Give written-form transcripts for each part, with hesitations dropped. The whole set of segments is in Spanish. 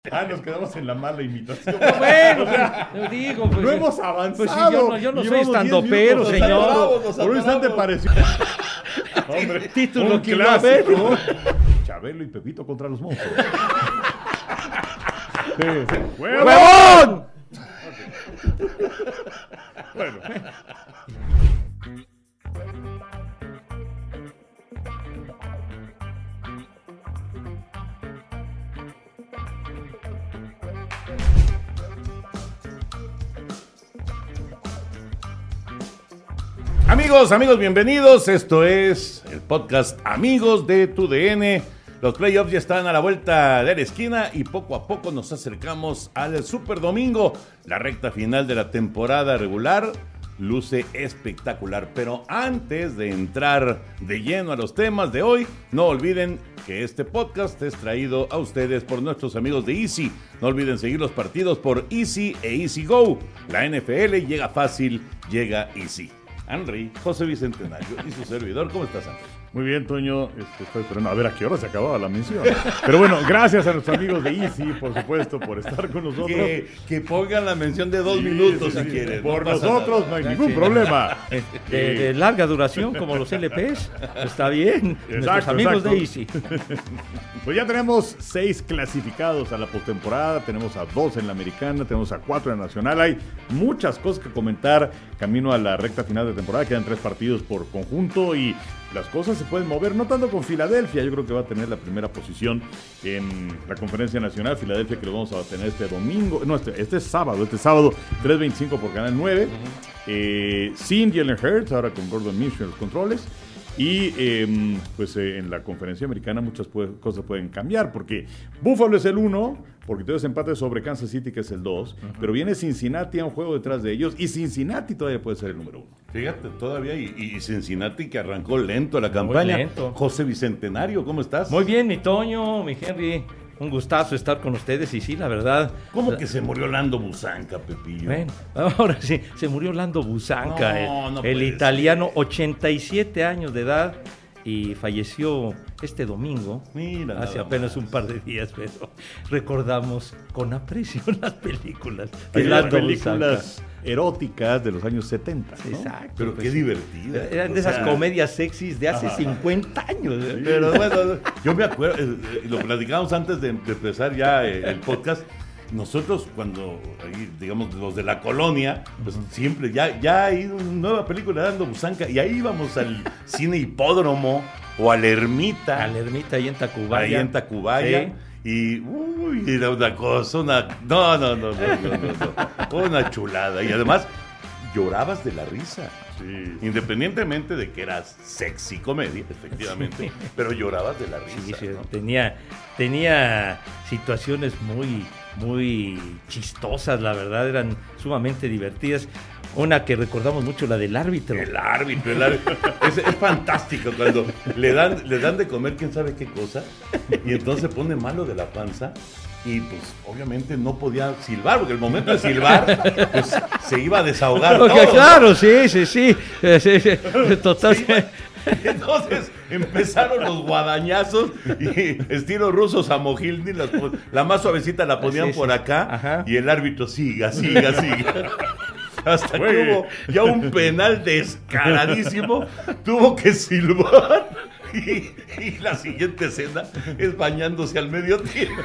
Nos quedamos en la mala imitación. Bueno, digo, pues, no hemos avanzado. Pues si yo no soy estandopero, señor. Por un instante pareció. Hombre, título un clásico. Chabelo y Pepito contra los monstruos. Sí. ¡Huevón! Bueno. Amigos, bienvenidos. Esto es el podcast Amigos de TUDN. Los playoffs ya están a la vuelta de la esquina y poco a poco nos acercamos al Super Domingo. La recta final de la temporada regular luce espectacular. Pero antes de entrar de lleno a los temas de hoy, no olviden que este podcast es traído a ustedes por nuestros amigos de Easy. No olviden seguir los partidos por Easy e Easy Go. La NFL llega fácil, llega Easy. Henry, José Bicentenario y su servidor. ¿Cómo estás, Henry? Muy bien, Toño. Estoy esperando a ver a qué hora se acababa la mención. Pero bueno, gracias a nuestros amigos de Easy, por supuesto, por estar con nosotros. Que pongan la mención de 2 minutos si quieren. Por nosotros no hay ningún problema. De larga duración, como los LPs. Está bien. Nuestros amigos de Easy. Pues ya tenemos 6 clasificados a la postemporada. Tenemos a 2 en la americana, tenemos a 4 en la nacional. Hay muchas cosas que comentar camino a la recta final de temporada. Quedan 3 partidos por conjunto y las cosas se pueden mover, no tanto con Filadelfia. Yo creo que va a tener la primera posición en la conferencia nacional. Filadelfia, que lo vamos a tener este domingo, no, este sábado 3:25 por Canal 9. Sin Jalen Hurts, ahora con Gordon Minshew en los controles. Y en la conferencia americana muchas cosas pueden cambiar, porque Buffalo es el 1, porque todavía se empate sobre Kansas City, que es el 2, pero viene Cincinnati a un juego detrás de ellos, y Cincinnati todavía puede ser el número 1. Fíjate, todavía, y Cincinnati, que arrancó lento la campaña. Muy lento. José Bicentenario, ¿cómo estás? Muy bien, mi Toño, mi Henry. Un gustazo estar con ustedes, y sí, la verdad. ¿Cómo que se murió Lando Busanca, Pepillo? Bueno, ahora sí, se murió Lando Busanca, el italiano, 87 años de edad, y falleció este domingo. Mira, hace apenas un par de días, pero recordamos con aprecio las películas de Lando películas eróticas de los años 70, ¿no? Exacto. Pero qué divertida. Eran de esas comedias sexys de hace 50 años. Sí. Pero bueno, yo me acuerdo, lo platicamos antes de empezar ya el podcast. Nosotros cuando, digamos, los de la colonia, pues siempre ya hay una nueva película dando Busanca, y ahí íbamos al cine Hipódromo o a la Ermita. A la Ermita, ahí en Tacubaya. Sí. Y era una cosa, no, una chulada. Y además llorabas de la risa. Sí. Independientemente de que eras sexy comedia, efectivamente, sí. Pero llorabas de la risa. Sí, ¿no? Tenía situaciones muy chistosas, la verdad, eran sumamente divertidas. Una que recordamos mucho, la del árbitro. El árbitro. Es fantástico cuando le dan de comer quién sabe qué cosa, y entonces se pone malo de la panza. Y pues obviamente no podía silbar, porque el momento de silbar pues se iba a desahogar todo. Claro, sí. Total. Sí. Entonces empezaron los guadañazos, y estilo rusos a Mojilny, la más suavecita la ponían por acá. Ajá. Y el árbitro siga. Hasta que hubo ya un penal descaradísimo, tuvo que silbar, y la siguiente escena es bañándose al medio tiempo.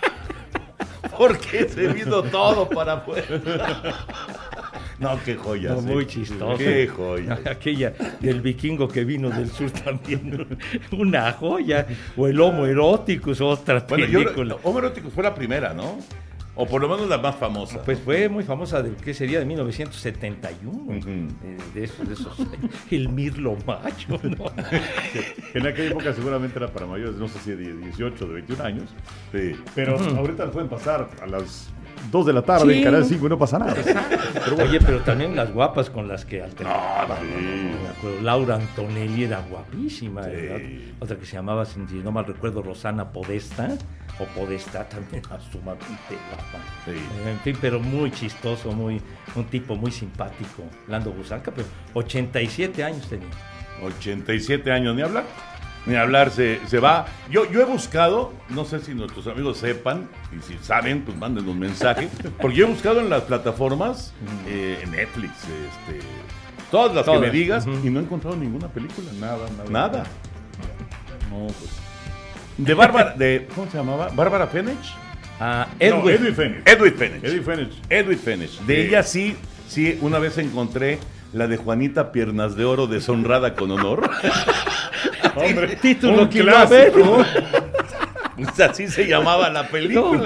Porque se vino todo para afuera. No, qué joya. No, muy chistoso. Qué joya. Aquella del vikingo que vino del sur también. Una joya. O el Homo Eróticos, otra película. Homo Eróticos fue la primera, ¿no? O por lo menos la más famosa. Pues fue muy famosa, ¿qué sería? De 1971. De esos. El Mirlo Macho, ¿no? En aquella época seguramente era para mayores, no sé si de 18 o de 21 años. Sí. Pero ahorita lo pueden pasar a las 2 de la tarde en Canal 5 y no pasa nada. Pero bueno. Oye, pero también las guapas con las que alternaban. No. Laura Antonelli era guapísima. Sí. Otra que se llamaba, si no mal recuerdo, Rosana Podesta. O Podesta también, sumamente guapa. Sí. En fin, pero muy chistoso, un tipo muy simpático, Lando Busanca, pero 87 años tenía. 87 años, ni hablar. Ni hablar, se va. Yo he buscado, no sé si nuestros amigos sepan, y si saben, pues manden un mensaje, porque yo he buscado en las plataformas, en Netflix, todas las que me digas, y no he encontrado ninguna película. Nada. No, pues. De Bárbara, ¿cómo se llamaba? ¿Bárbara Fenech? Edwin Fenech. Edwin Fenech. De ella sí, una vez encontré la de Juanita Piernas de Oro, Deshonrada con Honor. Hombre, título un clásico. Pues así se llamaba la película.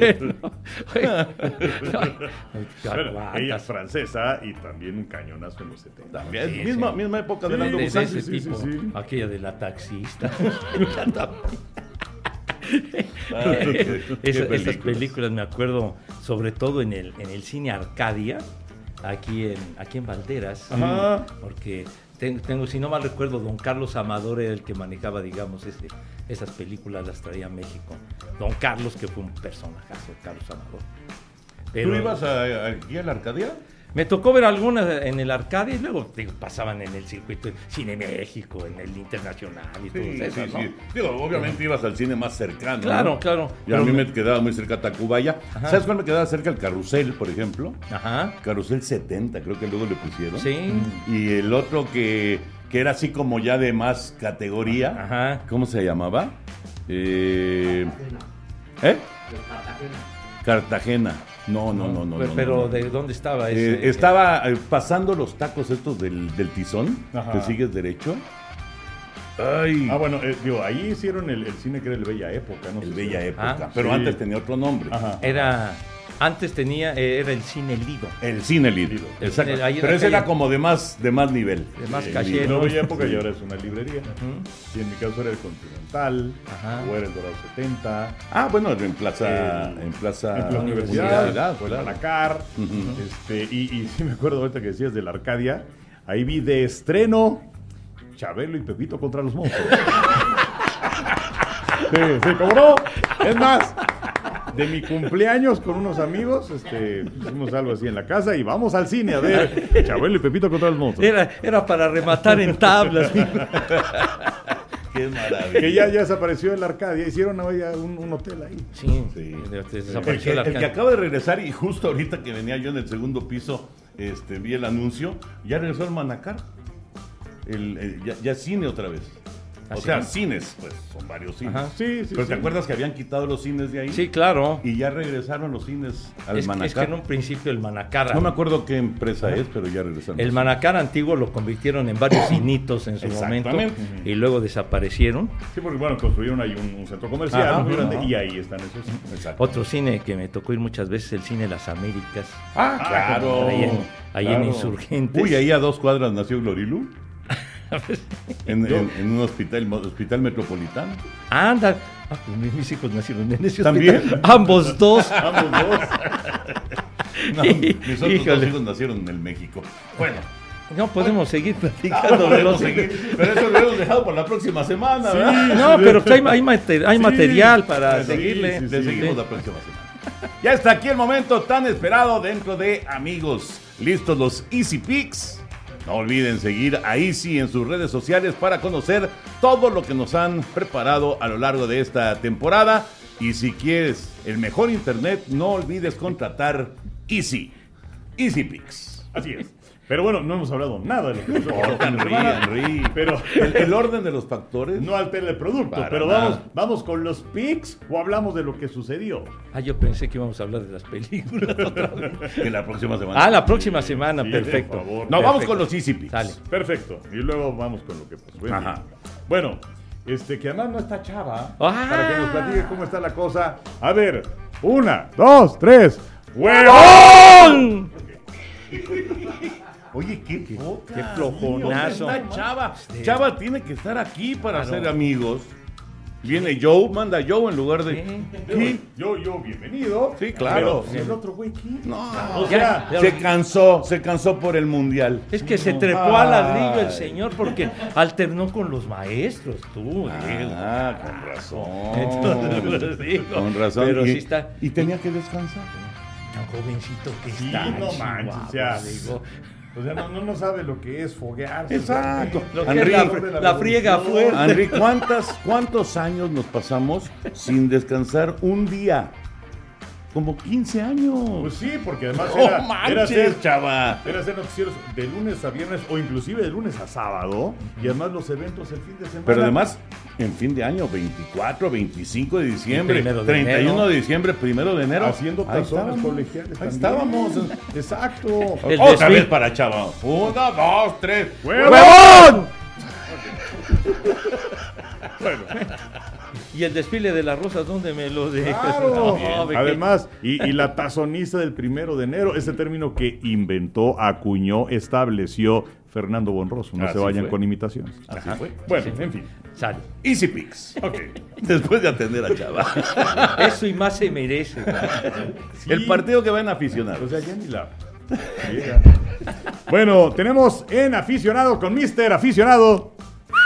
Bueno, ella es francesa y también un cañonazo en los 70. También, Sí, misma época de Lando de Busan. ese sí, tipo, sí. aquella de la taxista. Qué Esas películas me acuerdo, sobre todo en el cine Arcadia, aquí en Valderas, Ajá. porque tengo, si no mal recuerdo, don Carlos Amador era el que manejaba, digamos, esas películas las traía a México. Don Carlos, que fue un personajazo, Carlos Amador. Pero ¿Tú ibas aquí a la Arcadia? me tocó ver algunas en el Arcadia y luego pasaban en el circuito de Cine México, en el Internacional y todo eso, ¿no? Digo, obviamente ibas al cine más cercano. Claro, ¿no? claro. Y a mí me quedaba muy cerca Tacubaya. Ajá. ¿Sabes cuál me quedaba cerca? El Carrusel, por ejemplo. Ajá. Carrusel 70, creo que luego le pusieron. Sí. Y el otro que era así como ya de más categoría. Ajá. ¿Cómo se llamaba? Cartagena. No. Pero no. ¿de dónde estaba ese? Estaba pasando los tacos estos del tizón. Ajá. Te sigues derecho. Ay. Bueno, digo, ahí hicieron el cine que era el Bella Época, ¿no? El sé Bella si- Época. Ah, pero sí. antes tenía otro nombre. Ajá. Antes era el Cine Lido. El cine Lido. Exacto. Ahí en Pero la ese era calle. como de más nivel. De más La cachero. Bella Época y ahora es una librería. Y en mi caso era el Continental, Ajá. o era el Dorado 70, Ah, bueno, en Plaza en Universidad, la Universidad, o el claro. Malacar. Y sí me acuerdo ahorita que decías de la Arcadia, ahí vi de estreno Chabelo y Pepito contra los monstruos. Sí, ¿cómo no? Es más, de mi cumpleaños con unos amigos, hicimos algo así en la casa y vamos al cine a ver Chabelo y Pepito contra los monstruos. Era para rematar en tablas. Qué maravilla. Que ya desapareció en la Arcadia, hicieron un hotel ahí. Sí, Sí. desapareció El la que acaba de regresar, y justo ahorita que venía yo en el segundo piso, vi el anuncio, ya regresó el Manacar. Ya cine otra vez. ¿Ah, O sea, sí? cines, pues son varios cines. Ajá. Sí. Pero ¿te acuerdas que habían quitado los cines de ahí? Sí, claro. Y ya regresaron los cines al Es Manacar. que en un principio el Manacar. No me acuerdo qué empresa es, pero ya regresaron. El Manacar antiguo lo convirtieron en varios cinitos en su momento Exactamente. y luego desaparecieron. Sí, porque bueno, construyeron ahí un centro comercial Ajá, muy grande ajá. y ahí están esos. Exacto. Otro cine que me tocó ir muchas veces, el cine Las Américas. Ah, claro. Ahí Claro. en Insurgentes. Uy, ahí a 2 cuadras nació Glorilu. en un hospital metropolitano. Anda. Ah, pues mis hijos nacieron en ese ¿También? hospital. Ambos dos. Ambos dos. No, mis otros dos Híjole. hijos nacieron en el México. Bueno, No podemos seguir platicando de los pero eso lo hemos dejado para la próxima semana, ¿verdad? No, pero pues hay material para Sí, seguirle. sí, Le sí. seguimos la próxima semana. Ya está aquí el momento tan esperado dentro de Amigos. ¿Listos los Easy Picks? No olviden seguir a Easy en sus redes sociales para conocer todo lo que nos han preparado a lo largo de esta temporada. Y si quieres el mejor internet, no olvides contratar Easy. Easy Picks. Así es. Pero bueno, no hemos hablado nada de lo que pasó Oh, el fin de Henry, semana, Henry. Pero El orden de los factores. no altera el producto. Para Pero nada. vamos con los picks o hablamos de lo que sucedió. Yo pensé que íbamos a hablar de las películas otra vez. Que la próxima semana. La próxima semana, Sí, perfecto. por favor. No, vamos Perfecto. con los Easy Picks. Sale. Perfecto. Y luego vamos con lo que pasó. En Ajá. fin. Bueno, que además no está Chava. Ah. Para que nos platique cómo está la cosa. A ver, 1, 2, 3. ¡Huevón! Oye, qué poca. qué flojonazo. ¿Dónde está Chava? Sí. Chava tiene que estar aquí para Claro. ser amigos. Viene Joe, manda Joe en lugar de. Sí. ¿Qué? Yo, bienvenido. Sí, claro. Pero, ¿el otro güey qué? No, O sea, se cansó por el mundial. Es que se trepó al ladrillo el señor porque alternó con los maestros, tú. Ah, con razón. Entonces, digo, Con razón. pero y, sí está- y tenía que descansar. Tan jovencito que Sí, está. no manches, o sea, digo. O sea, no sabe lo que es foguearse. Exacto. Lo que Henry, es la friega fuerte. Henry, ¿cuántos años nos pasamos sin descansar un día? Como 15 años. Pues sí, porque además ¡Oh, era manches, chava! Era hacer noticieros de lunes a viernes o inclusive de lunes a sábado y además los eventos el fin de semana. Pero además, en fin de año, 24, 25 de diciembre, 31 enero. de diciembre, 1 de enero. Haciendo Ahí tazones estábamos. colegiales. Ahí también. estábamos. Exacto. Otra vez para Chava. 1, 2, 3. ¡Huevón! Bueno, Y el desfile de las rosas, ¿dónde me lo dejas? claro. No, ve que- Además, y la tazoniza del 1 de enero, ese término que inventó, acuñó, estableció Fernando Bonroso. No Así se vayan fue. con imitaciones. Así fue. Bueno, en fin. Sale. Easy Picks. Ok. Después de atender a Chava. Eso y más se merece. Sí. El partido que va en aficionados. O sea, ya ni la llega. Bueno, tenemos en aficionado con Mr. Aficionado.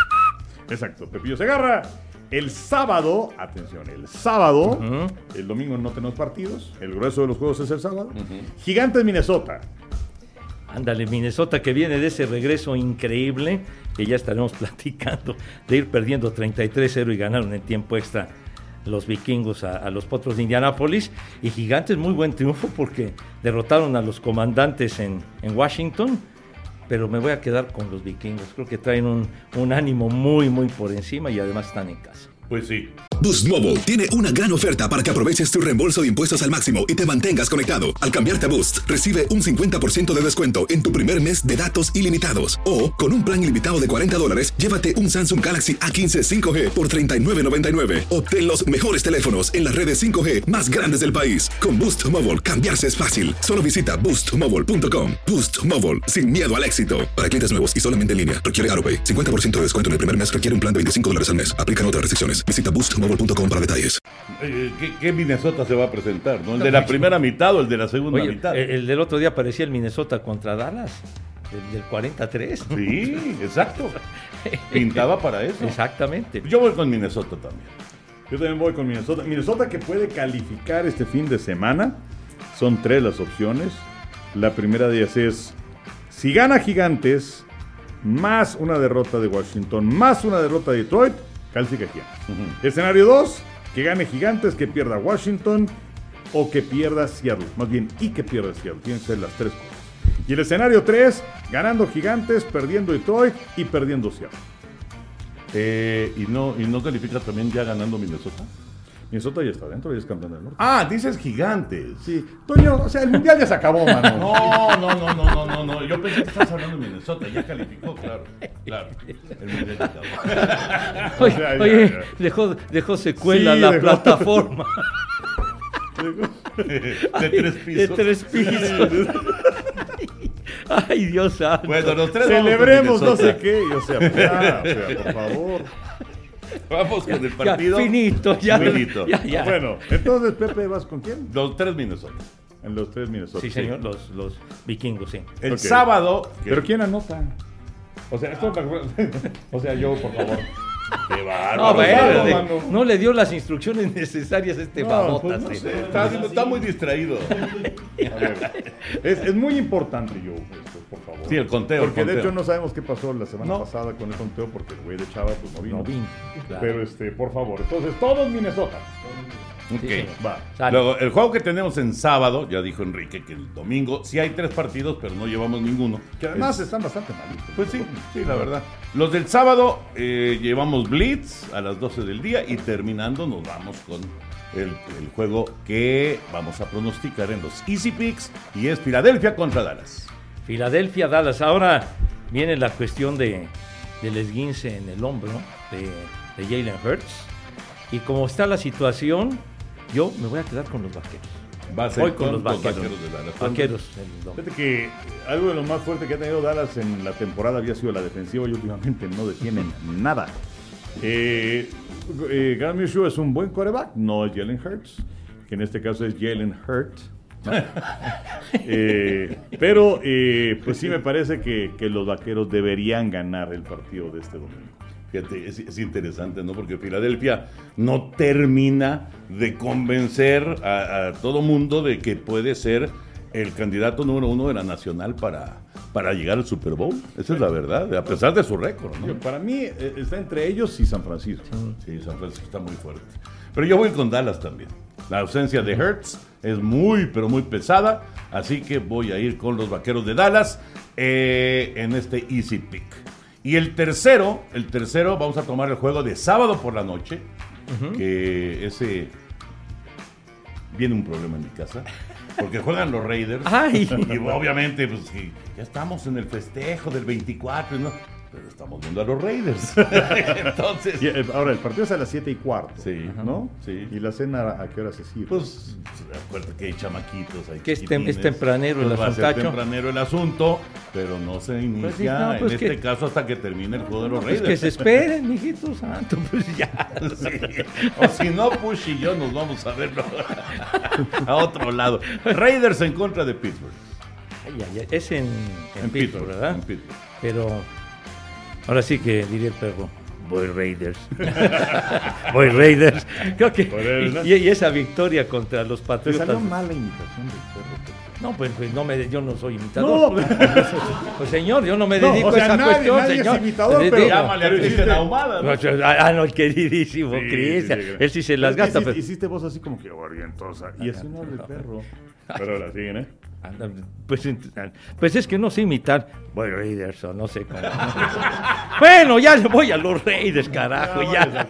Exacto, Pepillo Segarra. El sábado, atención, el sábado, el domingo no tenemos partidos, el grueso de los juegos es el sábado. Gigantes Minnesota. Ándale, Minnesota que viene de ese regreso increíble que ya estaremos platicando de ir perdiendo 33-0 y ganaron en tiempo extra los vikingos a los Potros de Indianápolis. Y Gigantes, muy buen triunfo porque derrotaron a los comandantes en Washington. Pero me voy a quedar con los vikingos. Creo que traen un ánimo muy, muy por encima y además están en casa. Pues sí. Boost Mobile tiene una gran oferta para que aproveches tu reembolso de impuestos al máximo y te mantengas conectado. Al cambiarte a Boost, recibe un 50% de descuento en tu primer mes de datos ilimitados. O, con un plan ilimitado de $40, llévate un Samsung Galaxy A15 5G por $39.99. Obtén los mejores teléfonos en las redes 5G más grandes del país. Con Boost Mobile, cambiarse es fácil. Solo visita boostmobile.com. Boost Mobile, sin miedo al éxito. Para clientes nuevos y solamente en línea, requiere AroPay. 50% de descuento en el primer mes requiere un plan de $25 al mes. Aplican otras restricciones. Visita boostmobile.com para detalles. ¿Qué Minnesota se va a presentar? ¿No? ¿El de la primera mitad o el de la segunda Oye, mitad? el del otro día parecía el Minnesota contra Dallas, del 43. Sí, exacto. Pintaba para eso. Exactamente. Yo voy con Minnesota también. Yo también voy con Minnesota. Minnesota que puede calificar este fin de semana. Son 3 las opciones. La primera de ellas es, si gana Gigantes, más una derrota de Washington, más una derrota de Detroit, califica Gigantes. Escenario 2, que gane Gigantes, que pierda Washington o que pierda Seattle. Más bien, y que pierda Seattle. Tienen que ser las 3 cosas. Y el escenario 3, ganando Gigantes, perdiendo Detroit y perdiendo Seattle. ¿Y no califica también ya ganando Minnesota? Minnesota ya está dentro, ya es campeón del norte. Ah, dices Gigantes. Sí, Toño, o sea, el mundial ya se acabó, mano. No. Yo pensé que estabas hablando de Minnesota. Ya calificó, claro. El mundial ya acabó. Oye, O sea, ya, oye, ya. dejó secuela Sí, la dejó. plataforma. De 3 pisos. De 3 pisos. Ay, Dios santo. Bueno, los 3 Celebremos no vamos con sé Minnesota. qué, o sea, por favor. Vamos con el Ya, partido. finito, ya. Finito. Ya. Bueno, entonces, Pepe, ¿vas con quién? Los 3 Minnesota. En los 3 Minnesota. Sí, señor, los vikingos, sí. El Ok. sábado. ¿Pero quién anota? O sea, esto o sea, yo, por favor. Qué No, bárbaro. bueno, mano. no le dio las instrucciones necesarias a este No, babotas. pues no sí. sé. Está muy distraído. A ver, es muy importante, yo, esto, por favor. Sí, el conteo. Porque el de conteo. hecho no sabemos qué pasó la semana No. pasada con el conteo porque el güey de Chava pues no vino. No vino, claro. Pero por favor, entonces todos Minnesota. Ok. Sí, señor. Va. Sale. Luego, el juego que tenemos en sábado, ya dijo Enrique que el domingo sí hay 3 partidos, pero no llevamos ninguno. Que además Es- están bastante malitos. Pues sí, la verdad. Los del sábado llevamos Blitz a las 12 del día y terminando nos vamos con el juego que vamos a pronosticar en los Easy Picks y es Filadelfia contra Dallas. Filadelfia, Dallas. Ahora viene la cuestión del esguince en el hombro de Jalen Hurts. Y como está la situación, yo me voy a quedar con los vaqueros. Va a ser Voy con los vaqueros vaqueros. de Dallas. Vaqueros. el domingo. Fíjate que algo de lo más fuerte que ha tenido Dallas en la temporada había sido la defensiva y últimamente no detienen nada. Garner Minshew es un buen quarterback, no es Jalen Hurts, que en este caso es Jalen Hurt. ¿no? Pero pues sí me parece que los vaqueros deberían ganar el partido de este domingo. Fíjate, es interesante, ¿no? Porque Filadelfia no termina de convencer a todo mundo de que puede ser el candidato número 1 de la nacional para para llegar al Super Bowl. Esa es la verdad, a pesar de su récord, ¿no? Para mí está entre ellos y San Francisco. Sí, San Francisco está muy fuerte. Pero yo voy con Dallas también. La ausencia de Hurts es muy, pero muy pesada. Así que voy a ir con los Vaqueros de Dallas en este Easy Pick. Y el tercero, vamos a tomar el juego de sábado por la noche. Que ese... Viene un problema en mi casa. Porque juegan los Raiders. ¡Ay! Y obviamente, pues ya estamos en el festejo del 24, ¿no? Pero estamos viendo a los Raiders. Entonces. Ahora, el partido es a las 7:15. Sí. ¿No? Sí. ¿Y la cena a qué hora se sirve? Pues, acuérdate que hay chamaquitos, hay Que es chiquitines. tempranero el Pues va a ser asuntacho. tempranero el asunto, pero no se inicia sí, no, pues en este caso hasta que termine el juego de los Pues Raiders. que se esperen, mijito santo, pues ya. Sí. O si no, Push y yo nos vamos a verlo a otro lado. Raiders en contra de Pittsburgh. Ay, es en Pittsburgh, ¿verdad? En Pittsburgh. Pero ahora sí que diría el perro, voy Raiders. Voy Raiders. Creo que y esa victoria contra los Te Patriotas. salió mala imitación del perro. No, pues yo no soy imitador. No. Pues señor, yo no me No, dedico o sea, a esa nadie cuestión, es señor. imitador, Le pero digo, Llámale a Cristian Ahumada, ¿no? No, el queridísimo Cristian. Él sí se las gasta. Pero... Hiciste voz así como que orientosa. Y así no habla el perro. Pero la siguen, ¿eh? Anda, pues es que no sé imitar. Voy Raiders o no sé cómo. Bueno, ya le voy a los Raiders, carajo, ya.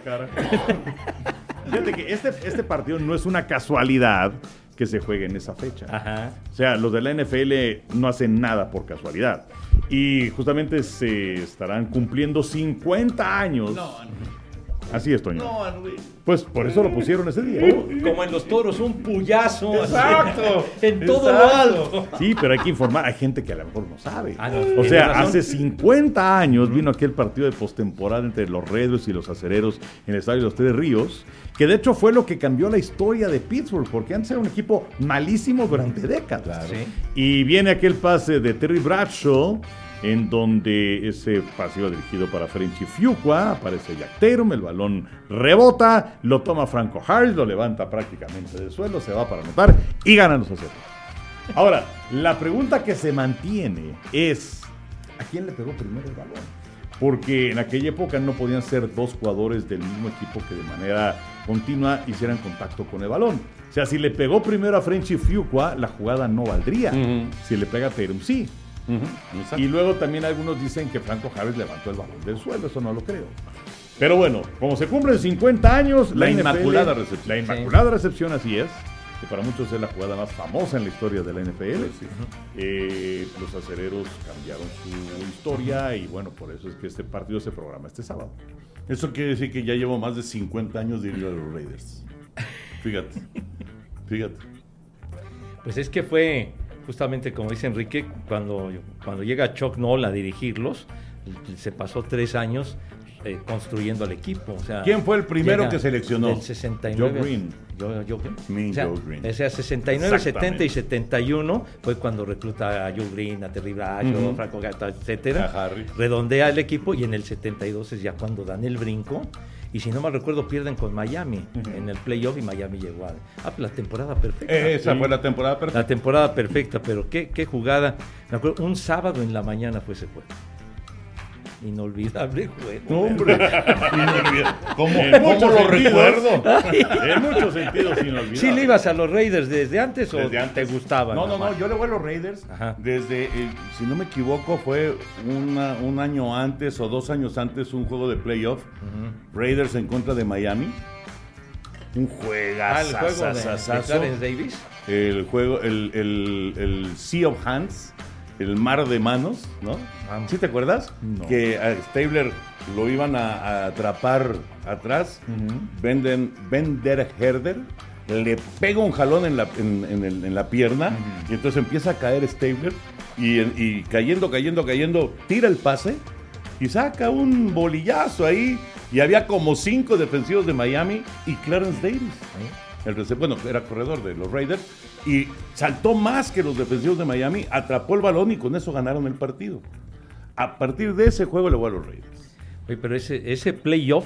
Fíjate que este partido no es una casualidad que se juegue en esa fecha. Ajá. O sea, los de la NFL no hacen nada por casualidad. Y justamente se estarán cumpliendo 50 años. Así es, Toño. Pues por eso lo pusieron ese día. Como en los toros, un puyazo. Exacto. En todo lo alto. Sí, pero hay que informar. Hay gente que a lo mejor no sabe. No, O sea, razón. hace 50 años vino aquel partido de postemporada entre los Raiders y los Acereros en el estadio de los Tres Ríos, que de hecho fue lo que cambió la historia de Pittsburgh, porque antes era un equipo malísimo durante décadas. Claro. Sí. Y viene aquel pase de Terry Bradshaw, en donde ese pase iba dirigido para Frenchy Fuqua, aparece Jack Tatum, el balón rebota, lo toma Franco Harris, lo levanta prácticamente del suelo, se va para anotar y ganan los Acereros. Ahora, la pregunta que se mantiene es, ¿a quién le pegó primero el balón? Porque en aquella época no podían ser dos jugadores del mismo equipo que de manera continua hicieran contacto con el balón. O sea, si le pegó primero a Frenchy Fuqua, la jugada no valdría. Si le pega a Tatum, sí. Y luego también algunos dicen que Franco Harris levantó el balón del suelo, eso no lo creo. Pero bueno, como se cumplen 50 años, La NFL, Inmaculada Recepción. La Inmaculada Recepción, así es, que para muchos es la jugada más famosa en la historia de la NFL. Los Acereros cambiaron su historia y bueno, por eso es que este partido se programa este sábado. Eso quiere decir que ya llevo más de 50 años de ir a los Raiders. Fíjate. Pues es que fue justamente como dice Enrique, cuando llega Chuck Noll a dirigirlos, se pasó 3 años construyendo al equipo. O sea, ¿quién fue el primero que seleccionó? Del 69. Joe Green. Joe Green. Joe Green. O sea, 69, 70 y 71 fue cuando recluta a Joe Green, a Terry Bradshaw, Franco Gatta, etcétera. A Harris. Redondea el equipo y en el 72 es ya cuando dan el brinco. Y si no mal recuerdo, pierden con Miami en el playoff y Miami llegó a la temporada perfecta. Esa fue la temporada perfecta. La temporada perfecta, pero qué jugada. Me acuerdo, un sábado en la mañana fue ese juego. Inolvidable juego. No, hombre. ¿Cómo muchos lo sentidos. recuerdo? En muchos sentidos inolvidable. ¿Sí le ibas a los Raiders desde antes o Desde antes. te gustaban? No, yo le voy a los Raiders. Ajá. Desde, si no me equivoco, fue un año antes o 2 años antes un juego de playoff. Raiders en contra de Miami. Un juegazo. El juego de Clarence Davis. El juego, el Sea of Hands, el mar de manos, ¿no? ¿Sí te acuerdas? No. Que a Stabler lo iban a atrapar atrás. Bender Herder le pega un jalón en la pierna y entonces empieza a caer Stabler y cayendo, tira el pase y saca un bolillazo ahí y había como 5 defensivos de Miami y Clarence Davis. Bueno, era corredor de los Raiders y saltó más que los defensivos de Miami, atrapó el balón y con eso ganaron el partido. A partir de ese juego le voy a los Raiders. Oye, pero ese playoff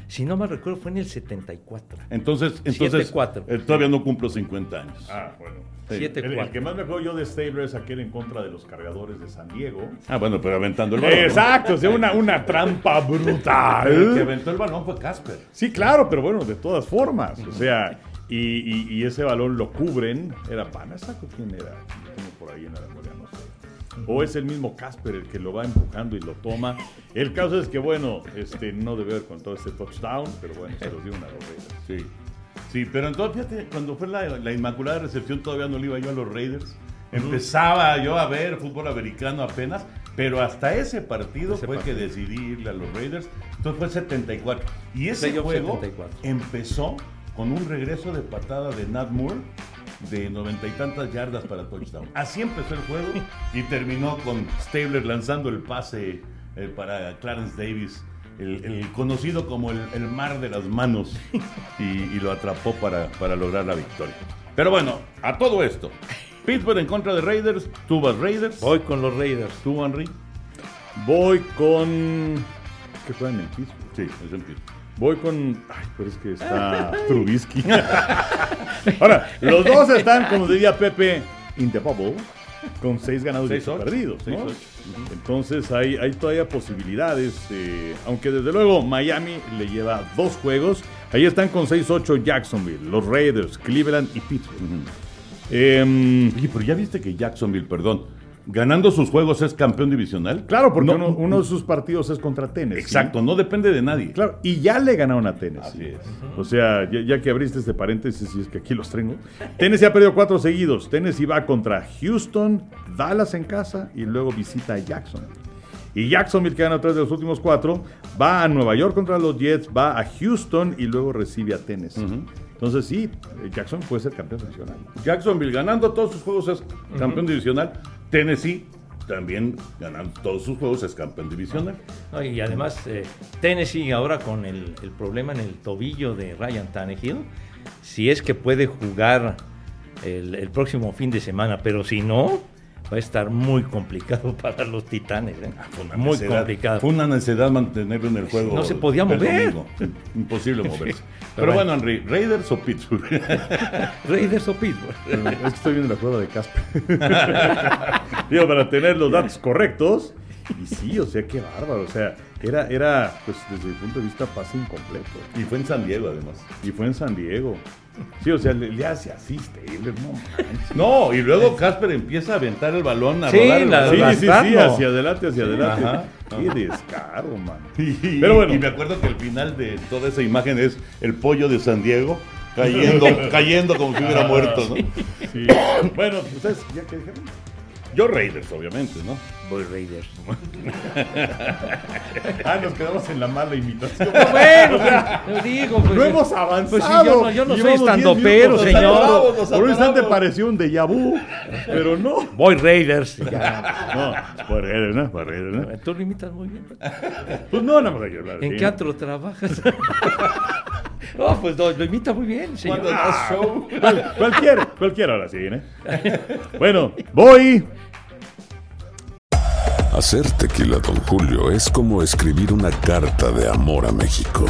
Si no mal recuerdo, fue en el 74. Entonces 7-4. Todavía no cumplo 50 años. Bueno. Sí. 7-4. El que más me acuerdo yo de Stabler es aquel en contra de los Cargadores de San Diego. Bueno, pero aventando el balón. Exacto, o sea, una trampa brutal. Pero el que aventó el balón fue Casper. Sí, claro, pero bueno, de todas formas. O sea, y ese balón lo cubren. ¿Era Panasaco? ¿Quién era? Lo tengo por ahí en la memoria, no sé. O es el mismo Casper el que lo va empujando y lo toma. El caso es que, bueno, no debe haber contado este touchdown, pero bueno, se los dio una Raiders. Sí, pero entonces, fíjate, cuando fue la inmaculada recepción todavía no le iba yo a los Raiders. Empezaba yo a ver fútbol americano apenas, pero hasta ese partido que decidí irle a los Raiders. Entonces fue 74. Y ese juego 74. empezó con un regreso de patada de Nat Moore de 90 y tantas yardas para touchdown. Así empezó el juego y terminó con Stabler lanzando el pase para Clarence Davis, el conocido como el mar de las manos, y lo atrapó para lograr la victoria. Pero bueno, a todo esto, Pittsburgh en contra de Raiders. ¿Tú vas Raiders? Voy con los Raiders. ¿Tú, Henry? Voy con... ¿Qué juegan en Pittsburgh? Sí, es en Pittsburgh. Voy con... Ay, pero es que está Trubisky. Ahora, los dos están, como diría Pepe, in the bubble, con 6 ganados y 8 perdidos, ¿no? 6-8. Entonces hay todavía posibilidades, aunque desde luego Miami le lleva 2 juegos. Ahí están con 6-8 Jacksonville, los Raiders, Cleveland y Pittsburgh. Oye, pero ya viste que Jacksonville, ganando sus juegos es campeón divisional. Claro, porque uno de sus partidos es contra Tennessee. Exacto, no depende de nadie. Claro, y ya le ganaron a Tennessee. Así es. O sea, ya que abriste este paréntesis, y es que aquí los tengo. Tennessee ha perdido 4 seguidos. Tennessee va contra Houston, Dallas en casa y luego visita a Jacksonville. Y Jacksonville, que gana 3 de los últimos 4, va a Nueva York contra los Jets, va a Houston y luego recibe a Tennessee. Entonces sí, Jackson puede ser campeón nacional. Jacksonville ganando todos sus juegos es campeón divisional. Tennessee también ganando todos sus juegos es campeón divisional. No, y además Tennessee ahora con el problema en el tobillo de Ryan Tannehill, si es que puede jugar el próximo fin de semana, pero si no, va a estar muy complicado para los Titanes. Muy complicado. Fue una necesidad mantenerlo en el juego. No se podía mover. Imposible moverse. Pero bueno, Henry, ¿Raiders o Pittsburgh? Raiders o Pittsburgh. Es que estoy viendo la jugada de Casper. Digo, para tener los datos correctos. Y sí, o sea, qué bárbaro. O sea, era pues desde mi punto de vista pase incompleto. Y fue en San Diego, además. Y fue en San Diego. Sí, o sea, le hace así, Stabler, no manches. No, y luego Casper empieza a aventar el balón, a Sí, rodar el balón. Sí, hacia adelante. Ajá. Qué descaro, man. Pero bueno. Y me acuerdo que el final de toda esa imagen es el pollo de San Diego cayendo como si hubiera muerto, ¿no? Sí. Bueno, ¿ustedes ya que dijeron? Yo Raiders, obviamente, ¿no? Voy Raiders. Nos quedamos en la mala imitación. Bueno, te digo, pues, no hemos avanzado. Pues si yo no soy estandopero, señor. Por un instante pareció un déjà vu, pero no. Voy Raiders. Ya. No, voy Raiders, ¿no? Tú lo imitas muy bien. Pues no hay que hablar. ¿En qué teatro trabajas? No, pues lo imita muy bien, señor. Cuando das show. Cualquiera ahora sí, ¿eh? Bueno, voy. Hacer tequila Don Julio es como escribir una carta de amor a México.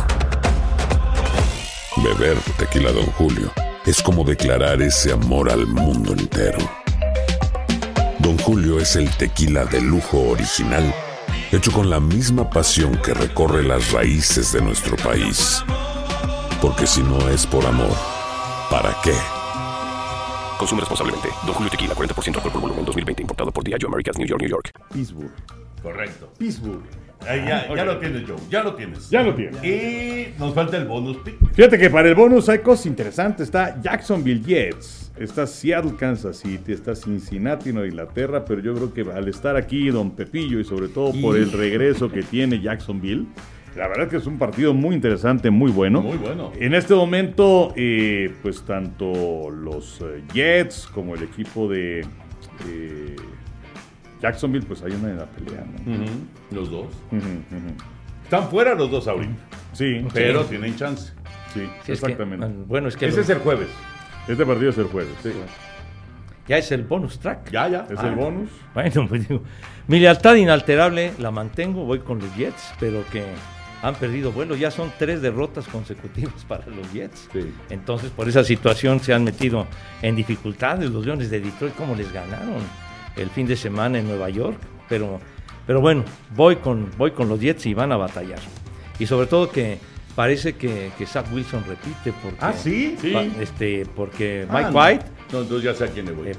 Beber tequila Don Julio es como declarar ese amor al mundo entero. Don Julio es el tequila de lujo original, hecho con la misma pasión que recorre las raíces de nuestro país. Porque si no es por amor, ¿para qué? Consume responsablemente. Don Julio Tequila, 40% alcohol por volumen, 2020. Importado por Diageo Americas, New York, New York. Pittsburgh. Correcto. Pittsburgh. Ya lo tienes, Joe. Ya lo tienes. Ya lo tienes. Y nos falta el bonus pick. Fíjate que para el bonus hay cosas interesantes. Está Jacksonville Jets, está Seattle, Kansas City, está Cincinnati, Nueva Inglaterra, pero yo creo que al estar aquí Don Pepillo y sobre todo por el regreso que tiene Jacksonville, la verdad es que es un partido muy interesante, muy bueno. Muy bueno. En este momento, pues tanto los Jets como el equipo de Jacksonville, pues hay una en la pelea, ¿no? Los dos. Están fuera los dos ahorita. Sí. Pero tienen chance. Sí, Sí, exactamente. Bueno, es que Ese es el jueves. Este partido es el jueves. Sí. ya es el bonus track. Ya. Es el bonus. Bueno, pues digo, mi lealtad inalterable la mantengo, voy con los Jets, pero que han perdido vuelo. Ya son 3 derrotas consecutivas para los Jets. Sí. Entonces, por esa situación se han metido en dificultades los Leones de Detroit, como les ganaron el fin de semana en Nueva York. Pero bueno, voy con los Jets y van a batallar. Y sobre todo que parece que Zach Wilson repite. Porque, ¿Ah, sí? porque Mike White... No, entonces ya sé a quién le voy.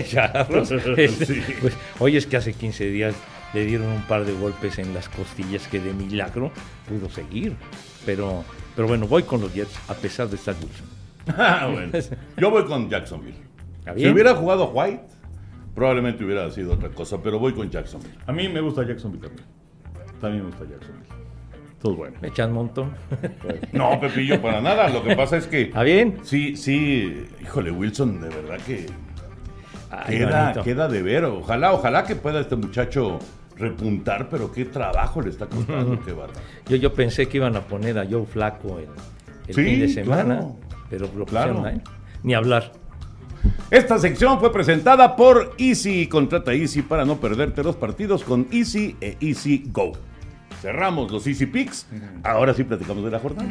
Sí. Pues, oye, es que hace 15 días le dieron un par de golpes en las costillas que de milagro pudo seguir. Pero bueno, voy con los Jets a pesar de Zach Wilson. Bueno, yo voy con Jacksonville. ¿Está Si bien? hubiera jugado White, probablemente hubiera sido otra cosa, pero voy con Jacksonville. A mí me gusta Jacksonville también. También me gusta Jacksonville. Todo bueno. Me echan un montón. No, Pepillo, para nada. Lo que pasa es que... ¿Está bien? Sí, híjole, Wilson, de verdad que Ay, queda de ver. Ojalá que pueda este muchacho repuntar, pero qué trabajo le está costando, qué bárbaro. Yo pensé que iban a poner a Joe Flacco el Sí, fin de semana, claro. pero lo Claro. pusieron ahí. Ni hablar. Esta sección fue presentada por Easy. Contrata Easy para no perderte los partidos con Easy e Easy Go. Cerramos los Easy Picks. Ahora sí platicamos de la jornada.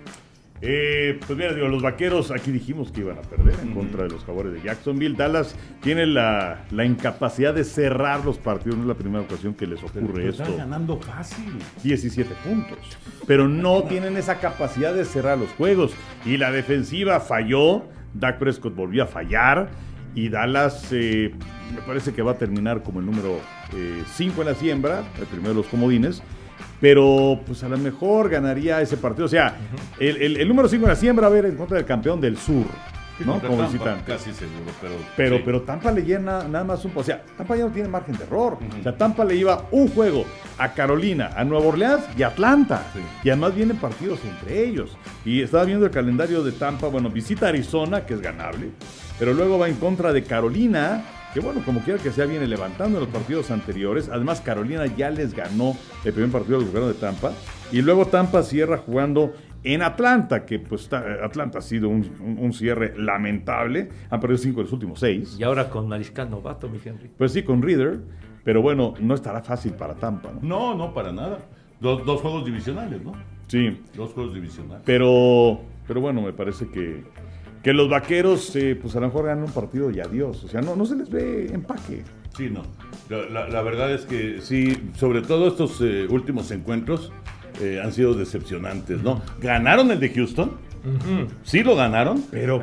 Pues mira, los Vaqueros, aquí dijimos que iban a perder en contra de los Jaguares de Jacksonville. Dallas tiene la incapacidad de cerrar los partidos. No es la primera ocasión que les ocurre esto. Están ganando fácil. 17 puntos. Pero no tienen esa capacidad de cerrar los juegos. Y la defensiva falló. Dak Prescott volvió a fallar. Y Dallas me parece que va a terminar como el número 5 en la siembra, el primero de los comodines. Pero pues a lo mejor ganaría ese partido. O sea, el número 5 en la siembra va a ver en contra del campeón del sur, ¿no? Contra Como Tampa, visitante. casi seguro, Pero, sí. pero Tampa le llena nada más un... O sea, Tampa ya no tiene margen de error. O sea, Tampa le iba un juego a Carolina, a Nueva Orleans y a Atlanta. Sí. Y además vienen partidos entre ellos. Y estaba viendo el calendario de Tampa. Bueno, visita Arizona, que es ganable. Pero luego va en contra de Carolina, que bueno, como quiera que sea, viene levantando en los partidos anteriores. Además, Carolina ya les ganó el primer partido que jugaron de Tampa. Y luego Tampa cierra jugando en Atlanta, que pues Atlanta ha sido un cierre lamentable. Han perdido 5 de los últimos 6. Y ahora con Mariscal novato, mi Henry. Pues sí, con Reader. Pero bueno, no estará fácil para Tampa, ¿no? No, para nada. Dos juegos divisionales, ¿no? Sí, 2 juegos divisionales. pero bueno, me parece que los Vaqueros pues a lo mejor ganan un partido y adiós. O sea, no se les ve empaque. Sí, no. La verdad es que sí, sobre todo estos últimos encuentros han sido decepcionantes, ¿no? Ganaron el de Houston. Sí lo ganaron, pero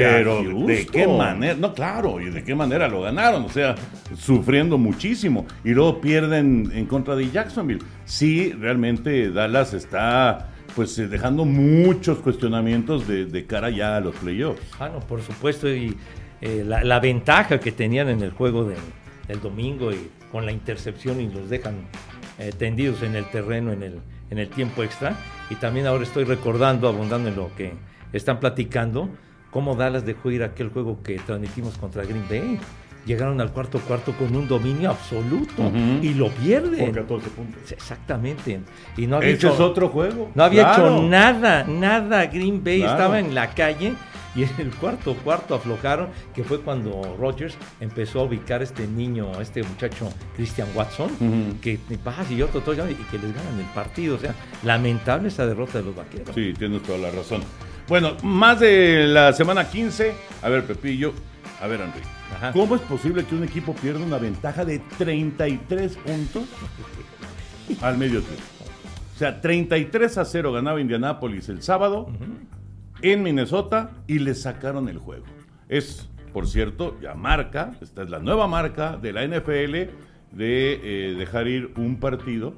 ¿de qué manera? No, claro, y de qué manera lo ganaron, o sea, sufriendo muchísimo, y luego pierden en contra de Jacksonville. Sí, realmente Dallas está pues dejando muchos cuestionamientos de cara ya a los playoffs. No, por supuesto, y la ventaja que tenían en el juego del domingo y con la intercepción y los dejan tendidos en el terreno en el tiempo extra. Y también ahora estoy recordando, abundando en lo que están platicando, cómo Dallas dejó ir aquel juego que transmitimos contra Green Bay. Llegaron al cuarto con un dominio absoluto y lo pierden. Por 14 puntos. Exactamente. Y no había Ese es otro juego. No había Claro. hecho nada. Green Bay Claro. estaba en la calle y en el cuarto aflojaron, que fue cuando Rodgers empezó a ubicar este muchacho Christian Watson, que y otro y que les ganan el partido. O sea, lamentable esa derrota de los Vaqueros. Sí, tienes toda la razón. Bueno, más de la semana 15. A ver, Pepillo. A ver, Enrique. Ajá. ¿Cómo es posible que un equipo pierda una ventaja de 33 puntos al medio tiempo? O sea, 33-0 ganaba Indianápolis el sábado en Minnesota y le sacaron el juego. Es, por cierto, ya marca, esta es la nueva marca de la NFL de dejar ir un partido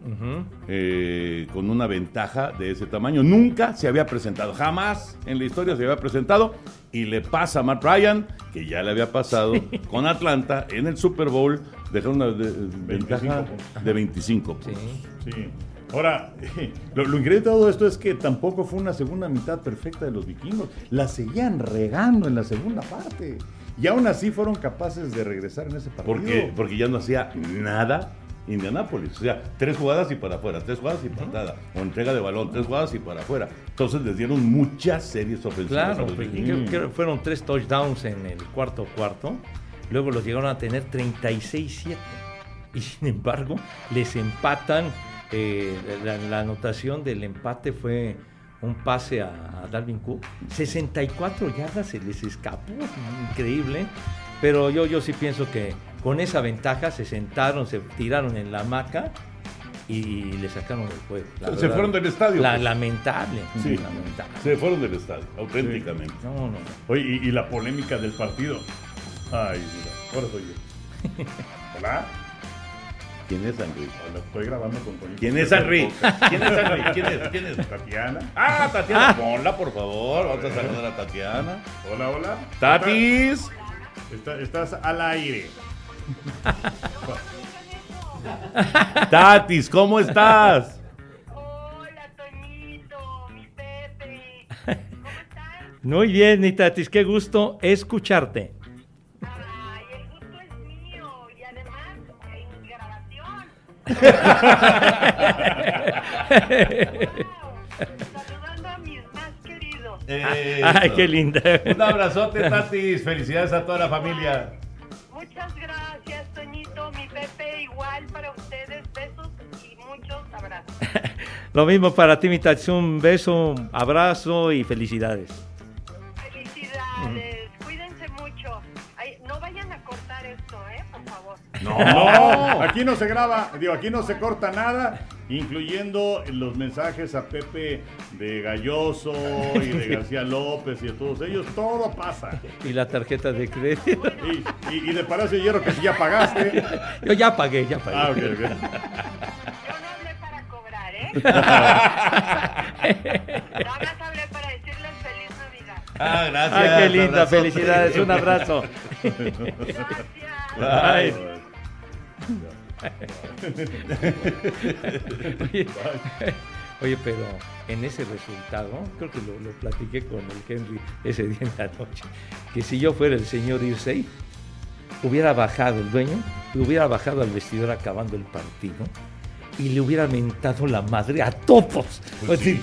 con una ventaja de ese tamaño. Nunca se había presentado, jamás en la historia se había presentado, y le pasa a Matt Ryan, que ya le había pasado con Atlanta en el Super Bowl, dejar una ventaja de 25 puntos. Sí. Sí. Ahora, lo increíble de todo esto es que tampoco fue una segunda mitad perfecta de los vikingos. La seguían regando en la segunda parte. Y aún así fueron capaces de regresar en ese partido. Porque ya no hacía nada Indianápolis. O sea, 3 jugadas y para afuera, 3 jugadas y patada. O entrega de balón, 3 jugadas y para afuera. Entonces les dieron muchas series ofensivas a Claro, los porque vikingos. creo que fueron 3 touchdowns en el cuarto. Luego los llegaron a tener 36-7. Y sin embargo, les empatan la anotación del empate fue un pase a Dalvin Cook. 64 yardas se les escapó, increíble. Pero yo sí pienso que con esa ventaja se sentaron, se tiraron en la hamaca y le sacaron el juego. Se fueron del estadio. Lamentable. Sí, lamentable. se fueron del estadio, auténticamente. Sí. No. Oye, y la polémica del partido. Ay, mira, ahora soy yo. Hola. ¿Quién es Henry? Hola, estoy grabando con Toñito. ¿Quién es Henry? ¿Quién es Henry? ¿Quién es? Tatiana. Ah, Tatiana. Ponla, por favor. Vamos a saludar a Tatiana. Hola. Tatis. Estás al aire. Tatis, ¿cómo estás? Hola, Toñito, mi Pepe. ¿Cómo estás? Muy bien, mi Tatis, qué gusto escucharte. Ay, el gusto es mío y además en grabación. Saludando a mis más queridos. Ay, qué linda. Un abrazote, Tatis. Felicidades a toda la familia. Muchas gracias, Toñito, mi Pepe, igual para ustedes. Besos y muchos abrazos. Lo mismo para ti, mi Tatis. Un beso, abrazo y felicidades. Felicidades, cuídense mucho. Ay, no vayan a cortar esto, por favor. No, aquí no se graba, aquí no se corta nada, incluyendo los mensajes a Pepe de Galloso y de García López y de todos ellos, todo pasa. Y la tarjeta de crédito. Y de Palacio de Hierro, que si ya pagaste. Yo ya pagué. Ah, ok. Yo no hablé para cobrar, Nada más hablé para decirles feliz Navidad. Ah, gracias. Ay, qué linda, abrazote. felicidades, un abrazo. Gracias. Oye, pero en ese resultado, creo que lo platiqué con el Henry ese día en la noche, que si yo fuera el señor Irsay, hubiera bajado el dueño, hubiera bajado al vestidor acabando el partido y le hubiera mentado la madre a todos. Pues sí,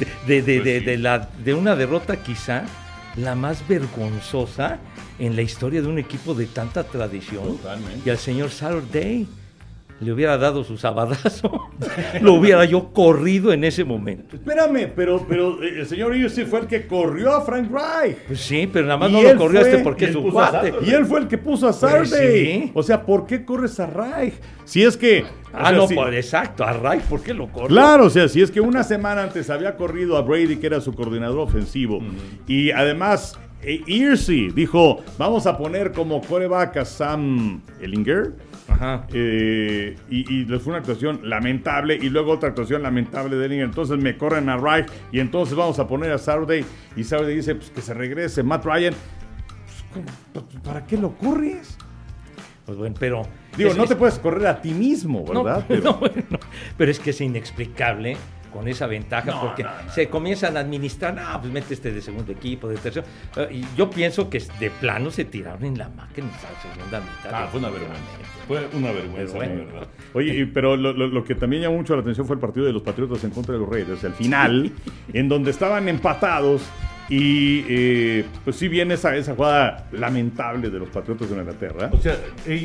de una derrota quizá la más vergonzosa en la historia de un equipo de tanta tradición. Totalmente. Y al señor Saturday le hubiera dado su sabadazo, lo hubiera yo corrido en ese momento. Espérame, pero el señor Irsay fue el que corrió a Frank Reich. Pues sí, pero nada más Y no lo él corrió fue- porque y es él su puso a cuate. Saturday. Y él fue el que puso a Saturday. sí. O sea, ¿por qué corres a Reich? Si es que... o sea, No, si- pues, exacto, a Ray, ¿por qué lo corrió? Claro, o sea, si es que una semana antes había corrido a Brady, que era su coordinador ofensivo, y además Irsay dijo, vamos a poner como quarterback a Sam Ehlinger, Ajá. y les fue una actuación lamentable, y luego otra actuación lamentable de Ehlinger, entonces me corren a Reich, y entonces vamos a poner a Saturday, y Saturday dice, pues que se regrese Matt Ryan. Pues, ¿para qué lo corres? Pues bueno, pero... Digo, no te puedes correr a ti mismo, ¿verdad? Pero es que es inexplicable con esa ventaja porque se comienzan a administrar, pues mete de segundo equipo, de tercero. Y yo pienso que de plano se tiraron en la máquina en la segunda mitad. Fue una vergüenza. Fue una vergüenza, Pero la bueno. verdad. Oye, pero lo que también llamó mucho la atención fue el partido de los Patriotas en contra de los Raiders, el final, en donde estaban empatados y pues sí viene esa jugada lamentable de los Patriotas de Inglaterra. O sea,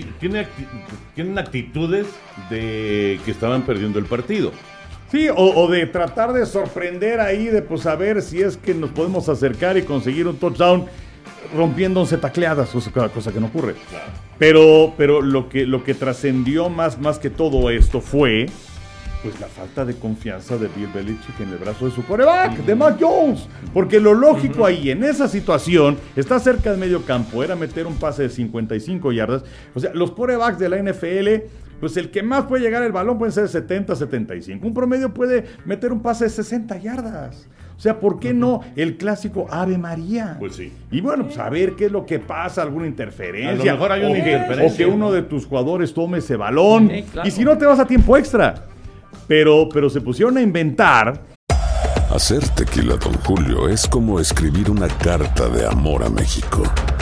tienen actitudes de que estaban perdiendo el partido. Sí, o de tratar de sorprender ahí, de pues a ver si es que nos podemos acercar y conseguir un touchdown rompiendo 11 tacleadas, cosa que no ocurre. Claro. Pero lo que trascendió más que todo esto fue pues la falta de confianza de Bill Belichick en el brazo de su quarterback, de Mac Jones. Porque lo lógico ahí, en esa situación, está cerca del medio campo, era meter un pase de 55 yardas. O sea, los quarterbacks de la NFL, pues el que más puede llegar el balón puede ser 70, 75. Un promedio puede meter un pase de 60 yardas. O sea, ¿por qué no el clásico Ave María? Pues sí. Y bueno, pues a ver qué es lo que pasa, alguna interferencia. A lo mejor hay una interferencia. O que uno de tus jugadores tome ese balón. Sí, claro. Y si no, te vas a tiempo extra. Pero se pusieron a inventar. Hacer tequila Don Julio es como escribir una carta de amor a México.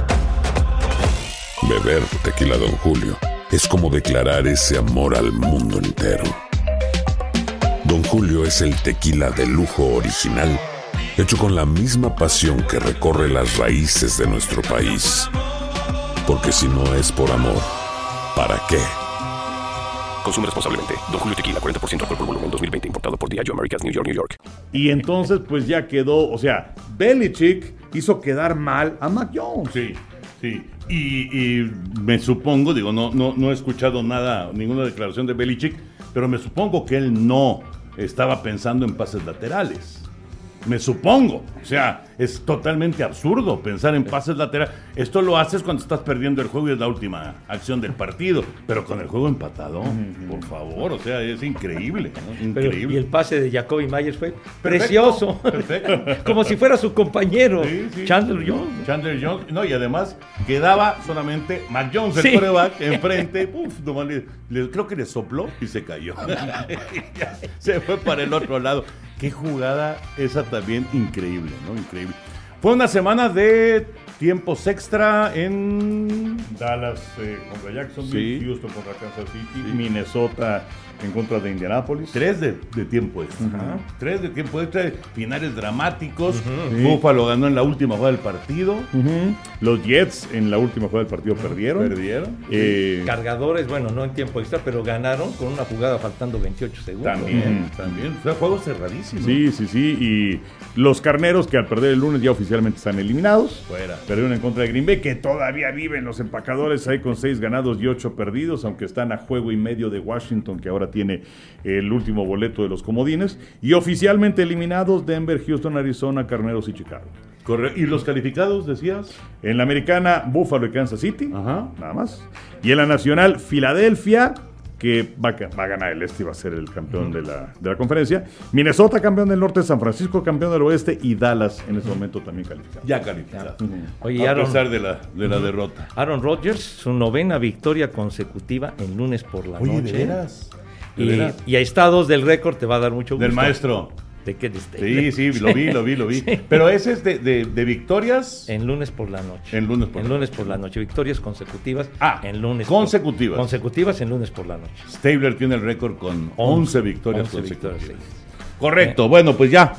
Beber tequila Don Julio es como declarar ese amor al mundo entero. Don Julio es el tequila de lujo original, hecho con la misma pasión que recorre las raíces de nuestro país. Porque si no es por amor, ¿para qué? Consume responsablemente. Don Julio Tequila, 40% alcohol por volumen, 2020. Importado por Diageo Americas, New York, New York. Y entonces, pues ya quedó, o sea, Belichick hizo quedar mal a Mac Jones. Sí, sí. Y me supongo, digo, no he escuchado nada, ninguna declaración de Belichick, pero me supongo que él no estaba pensando en pases laterales. Me supongo. O sea, es totalmente absurdo pensar en pases laterales. Esto lo haces cuando estás perdiendo el juego y es la última acción del partido. Pero con el juego empatado, por favor. O sea, es increíble, ¿no? Pero, Increíble. y el pase de Jacoby Myers fue Perfecto, precioso. perfecto. Como si fuera su compañero, Sí, sí. Chandler Jones. Chandler Jones. No, y además quedaba solamente Mac Jones, el Sí. quarterback, enfrente. Nomás creo que le sopló y se cayó. Ya, se fue para el otro lado. Qué jugada esa también increíble, ¿no? Increíble. Fue una semana de tiempos extra en... Dallas contra Jacksonville, Sí. Houston contra Kansas City, Minnesota en contra de Indianapolis. 3 de tiempo extra. Ajá. 3 de tiempo extra, finales dramáticos. Buffalo ganó en la última jugada del partido. Ujú. Los Jets en la última jugada del partido perdieron. Cargadores, bueno, no en tiempo extra, pero ganaron con una jugada faltando 28 segundos. También. Fue juego cerradísimo. Sí. Y los Carneros, que al perder el lunes ya oficialmente están eliminados. Fuera. Perdieron en contra de Green Bay, que todavía viven los empacadores ahí con 6 ganados y 8 perdidos, aunque están a juego y medio de Washington, que ahora tiene el último boleto de los comodines. Y oficialmente eliminados Denver, Houston, Arizona, Carneros y Chicago. ¿Y los calificados, decías? En la americana, Buffalo y Kansas City, Ajá. nada más. Y en la nacional, Filadelfia, que va a ganar el este y va a ser el campeón de la conferencia. Minnesota, campeón del norte. San Francisco, campeón del oeste. Y Dallas, en este momento, también calificado. Ya calificado. Oye, A pesar de la derrota. Aaron Rodgers, su 9ª victoria consecutiva en lunes por la Oye, noche. ¿de veras? ¿De Y, veras? y a estados del récord te va a dar mucho gusto. Del maestro. ¿De qué? De este. Sí, lo vi. Sí. Pero ese es de victorias En lunes por la noche. en lunes por la lunes por la noche. Victorias consecutivas en lunes. consecutivas. Consecutivas en lunes por la noche. Stabler tiene el récord con 11 victorias 11 victorias, consecutivas. Correcto, bueno, pues ya.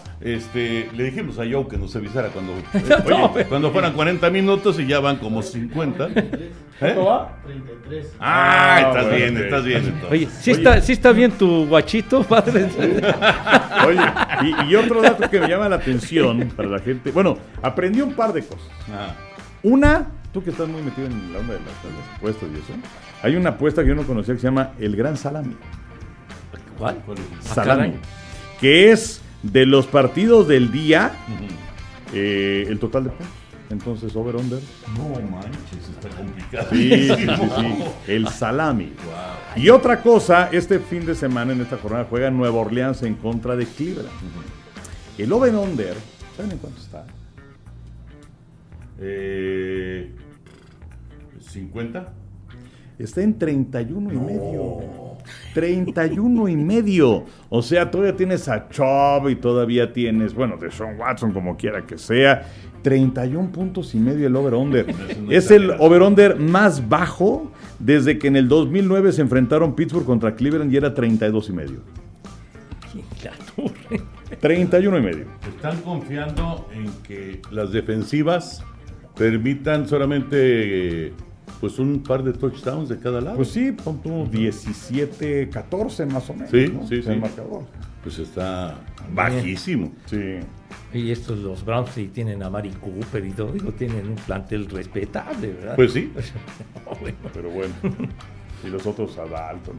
Le dijimos a Joe que nos avisara cuando, cuando fueran 40 minutos y ya van como 50. ¿Cuánto va? 33. Estás bueno, bien, ok. estás bien. Entonces. Oye, ¿sí está bien tu guachito, padre? Oye, y otro dato que me llama la atención para la gente. Bueno, aprendí un par de cosas. Ajá. Una, tú que estás muy metido en la onda de las apuestas y eso. Hay una apuesta que yo no conocía que se llama el Gran Salami. ¿Cuál? Salami. caray. Que es de los partidos del día, el total de puntos. Entonces, over-under. No manches, está complicado. Sí. El salami. Y otra cosa, este fin de semana, en esta jornada, juega Nueva Orleans en contra de Cleveland. El over-under, ¿saben en cuánto está? 50. Está en 31 y medio. 31 y medio. O sea, todavía tienes a Chubb y todavía tienes, bueno, de Sean Watson, como quiera que sea. 31 puntos y medio el over-under. Es el over-under más bajo desde que en el 2009 se enfrentaron Pittsburgh contra Cleveland y era 32 y medio. 31 y medio. Están confiando en que las defensivas permitan solamente pues un par de touchdowns de cada lado. Pues sí, pon tú 17, 14 más o menos. Sí, ¿no? sí, El sí. marcador. Pues está bajísimo. Sí. Y estos, los Browns, sí tienen a Mari Cooper y todo, digo, tienen un plantel respetable, ¿verdad? Pues sí. No, bueno. Pero bueno. Y los otros a Dalton.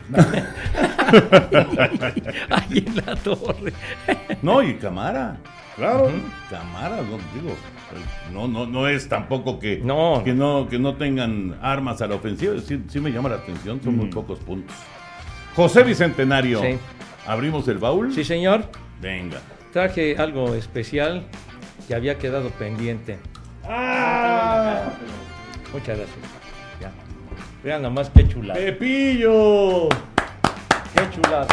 Ahí en la torre. No, y Camara. Claro. Camara, no, digo, no es tampoco que No. que no tengan armas a la ofensiva. Sí me llama la atención, son muy pocos puntos. José Bicentenario, Sí. ¿abrimos el baúl? Sí, señor. Venga. Traje algo especial que había quedado pendiente. Muchas gracias. Ya. Vean nomás qué chulada. ¡Pepillo! Qué chulada.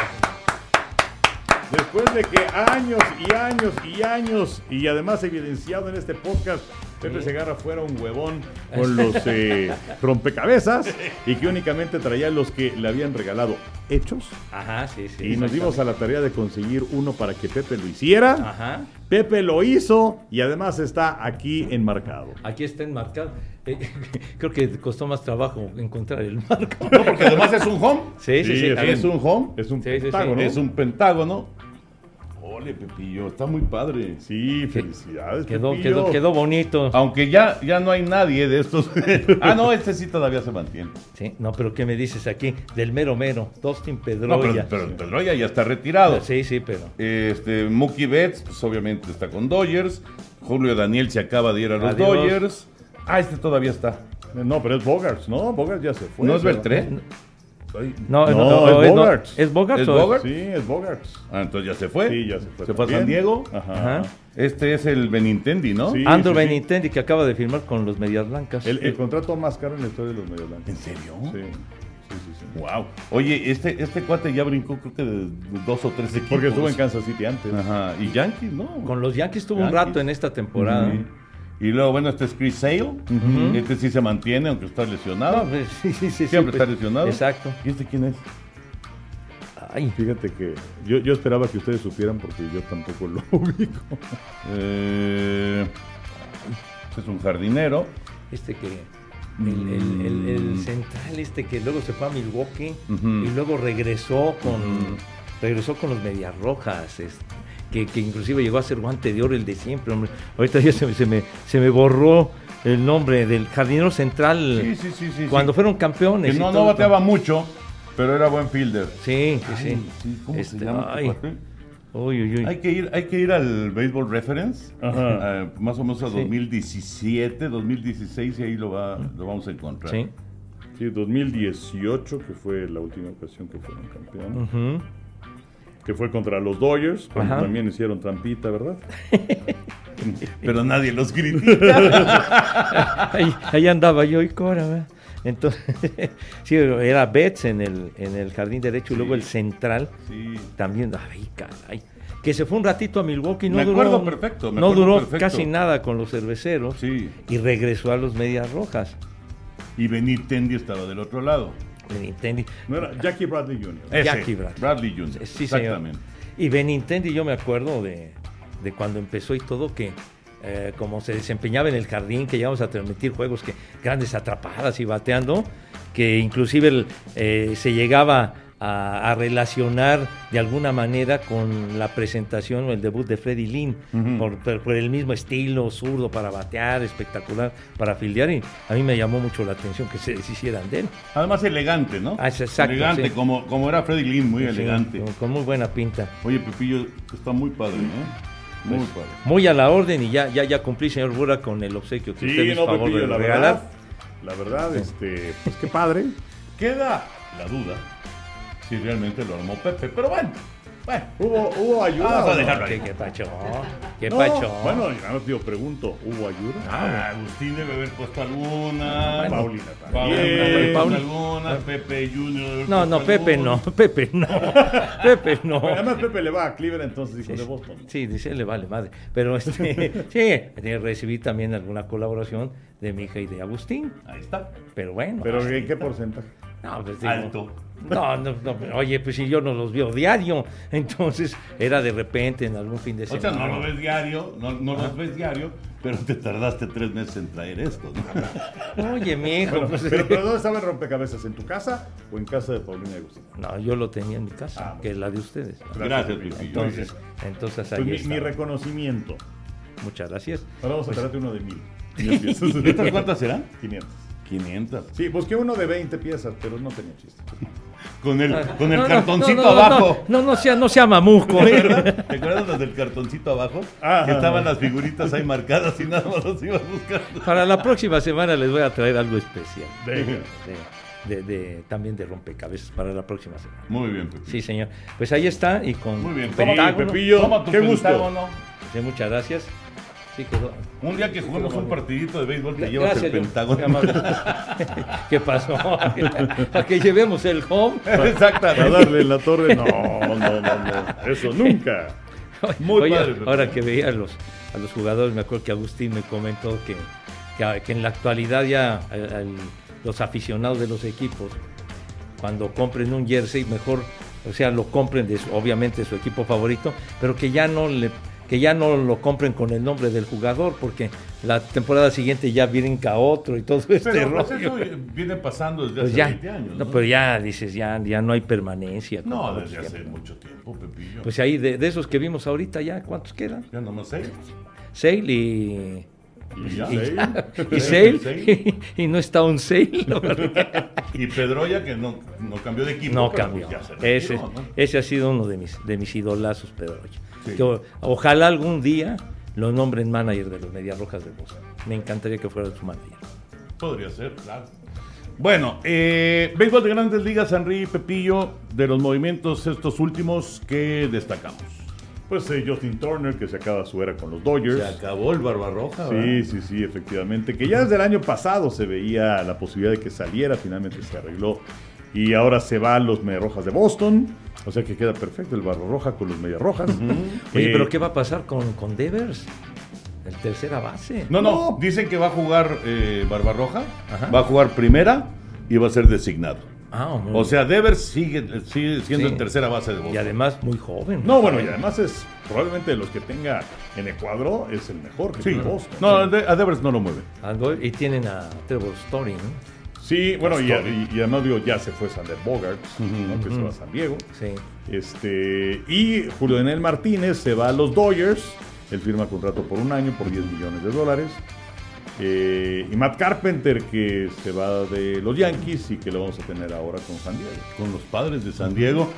Después de que años y además evidenciado en este podcast, Pepe Segarra fuera un huevón con los rompecabezas y que únicamente traía los que le habían regalado hechos. Ajá, sí. Y nos dimos a la tarea de conseguir uno para que Pepe lo hiciera. Ajá. Pepe lo hizo y además está aquí enmarcado. Aquí está enmarcado. Creo que costó más trabajo encontrar el marco. No, porque además es un home. Sí. Es un home. Es un Sí, sí, sí. pentágono. Es un pentágono. Ole, Pepillo, está muy padre. Sí, felicidades, Quedó Pepillo. bonito. Aunque ya no hay nadie de estos. No, este sí todavía se mantiene. Sí, no, pero ¿qué me dices aquí? Del mero, Dustin No, Pedroia. pero Pedroia ya está retirado. Sí, pero. Mookie Betts, pues obviamente está con Dodgers. Julio Daniel se acaba de ir a los Adiós. Dodgers. Este todavía está. No, pero es Bogarts, ¿no? Bogarts ya se fue. ¿No es pero- Beltré? No, es no, Bogarts. ¿Es Bogarts? ¿Es o- Bogarts? Sí, es Bogarts. Entonces ya se fue. Sí, ya se fue. Se fue a también. San Diego. Ajá. Este es el Benintendi, ¿no? Sí. Andrew Benintendi, que acaba de firmar con los Medias Blancas. El contrato más caro en la historia de los Medios Blancos. ¿En serio? Sí. Wow. Oye, este cuate ya brincó creo que de 2 o 3 equipos. Porque estuvo en Kansas City antes. Ajá. Y Yankees, ¿no? Con los Yankees tuvo un Yankees. rato en esta temporada. Ujú. Y luego, bueno, este es Chris Sale. Este sí se mantiene, aunque está lesionado. No, pues, sí. Siempre pues, está lesionado. Exacto. ¿Y este quién es? Ay, Fíjate que yo esperaba que ustedes supieran porque yo tampoco lo ubico. Este es un jardinero. el central que luego se fue a Milwaukee Ujú. y luego regresó con los Medias Rojas, que inclusive llegó a ser guante de oro el de siempre, hombre. Ahorita ya se me borró el nombre del jardinero central Sí. cuando fueron campeones. Que y no todo. bateaba mucho, pero era buen fielder. Sí. ¿Cómo se llama este Ay. cuate? Uy. Hay que ir al Baseball Reference, Ajá. más o menos a Sí. 2017, 2016, y ahí lo vamos a encontrar. Sí. Sí, 2018, que fue la última ocasión que fueron campeón. Ujú. Que fue contra los Dodgers, cuando Ajá. también hicieron trampita, ¿verdad? Pero nadie los critica. Ahí andaba yo y Cora, ¿verdad? Entonces, sí, era Betts en el jardín derecho y luego el central Sí. también. Ay, caray. Que se fue un ratito a Milwaukee, no Me duró. acuerdo perfecto, me no acuerdo duró perfecto. casi nada con los cerveceros. Sí. Y regresó a los Medias Rojas. Y Benintendi estaba del otro lado. Benintendi. No era Jackie Bradley Jr. Ese, Jackie Bradley Jr. Sí, señor. Exactamente. Y Benintendi, yo me acuerdo de cuando empezó y todo, que como se desempeñaba en el jardín, que llegamos a transmitir juegos, que grandes atrapadas y bateando, que inclusive se llegaba a relacionar de alguna manera con la presentación o el debut de Freddie Lynn, por el mismo estilo, zurdo para batear, espectacular para fildear, y a mí me llamó mucho la atención que se deshicieran de él. Además elegante, ¿no? Es exacto, elegante, sí. como era Freddie Lynn, muy Sí, elegante. con muy buena pinta. Oye, Pepillo, está muy padre, ¿no? Muy padre. Muy a la orden, y ya cumplí, señor Bura, con el obsequio que usted me Sí, hizo no, favor Pepillo, de la regalar. verdad, pues qué padre. Queda la duda si realmente lo armó Pepe, pero bueno. ¿Hubo ayuda? Vamos a o no? dejarlo ahí. ¿Qué pacho? ¿Qué No, pacho? bueno, nada más digo, pregunto, ¿hubo ayuda? Agustín debe haber puesto alguna. Bueno, Paulina Paulina también. debe haber puesto Paul- alguna. Pepe Junior. No, Pepe no, Pepe no, Pepe no. Bueno, además Pepe le va a Cleveland, entonces dijo de Boston. Sí, dice, le vale madre. Pero sí, recibí también alguna colaboración de mi hija y de Agustín. Ahí está. Pero bueno. Pero ¿en qué porcentaje? No, pues digo, Alto. No, oye, pues si yo no los veo diario, entonces era de repente en algún fin de O semana. sea, no lo ves diario, no los ves diario, pero te tardaste 3 meses en traer esto, ¿no? Oye, mi hijo, Bueno, pues, pero ¿dónde estaba el rompecabezas? ¿En tu casa o en casa de Paulina y Agustín? no, yo lo tenía en mi casa, que es la de ustedes. Gracias, Pepillo. Entonces ahí Pues está. mi reconocimiento. Muchas gracias. Ahora vamos a Pues, traerte uno de 1000. ¿Estas cuántas serán? 500. 500. Sí, busqué uno de 20 piezas, pero no tenía chiste. Con el no, cartoncito no, abajo. No sea mamuco, ¿Te ¿eh? acuerdas? ¿Te acuerdas los del cartoncito abajo? Ajá. Que estaban las figuritas ahí marcadas y nada más los ibas buscando. Para la próxima semana les voy a traer algo especial. Venga. También de rompecabezas para la próxima semana. Muy bien, Pepillo. Sí, señor. Pues ahí está y con Muy bien. Pentágono. Pepillo, Toma tu qué gusto. pentágono. Sí, muchas gracias. Sí, quedó. Un día que juguemos un partidito de béisbol te llevas Gracias, el Dios. pentágono. Qué amable. ¿Qué pasó? A que llevemos el home. Para Exactamente. darle en la torre, no. Eso nunca. Muy Oye, padre, Pepe. ahora que veía a los jugadores, me acuerdo que Agustín me comentó que en la actualidad ya los aficionados de los equipos, cuando compren un jersey, mejor, o sea, lo compren obviamente su equipo favorito, pero que ya no lo compren con el nombre del jugador, porque la temporada siguiente ya brinca otro y todo este Pero rollo. pues, eso viene pasando desde Pues hace ya, 20 años, ¿no? no, pero ya dices, ya no hay permanencia. No, como desde otros hace ya. mucho tiempo, Pepillo. Pues ahí de esos que vimos ahorita ya, ¿cuántos quedan? Ya nomás 6. Sale y Y Sale y no está un Sale. ¿No? Y Pedroya, que no cambió de equipo. No pero cambió. pues ya se retiró, Ese, ¿no? ese ha sido uno de mis idolazos, Pedroya. Sí. Ojalá algún día lo nombren manager de los Medias Rojas de Boston. Me encantaría que fuera su manager. Podría ser, claro. Bueno, béisbol de Grandes Ligas, Henry, Pepillo, de los movimientos estos últimos, ¿qué destacamos? Pues Justin Turner, que se acaba su era con los Dodgers. Se acabó el Barbarroja, Sí, efectivamente. Que ya desde el año pasado se veía la posibilidad de que saliera, finalmente se arregló. Y ahora se va a los Medias Rojas de Boston. O sea que queda perfecto el Barbarroja con los Medias Rojas. Oye, pero ¿qué va a pasar con Devers? El tercera base. No, dicen que va a jugar Barbarroja, Ajá. va a jugar primera y va a ser designado. Muy O sea, Devers sigue siendo Sí. en tercera base de Boston. y además muy joven. No, bueno, y además es probablemente de los que tenga en el cuadro, es el mejor que Sí. tiene Boston. No, a Devers no lo mueve. Y tienen a Trevor Story, ¿no? Sí, bueno, y además digo, ya se fue Sander Bogaerts, ¿no? Que se va a San Diego. Sí. Y Julio Daniel Martínez se va a los Dodgers. Él firma contrato por un año por $10 millones. Y Matt Carpenter, que se va de los Yankees y que lo vamos a tener ahora con San Diego. Con los Padres de San Diego.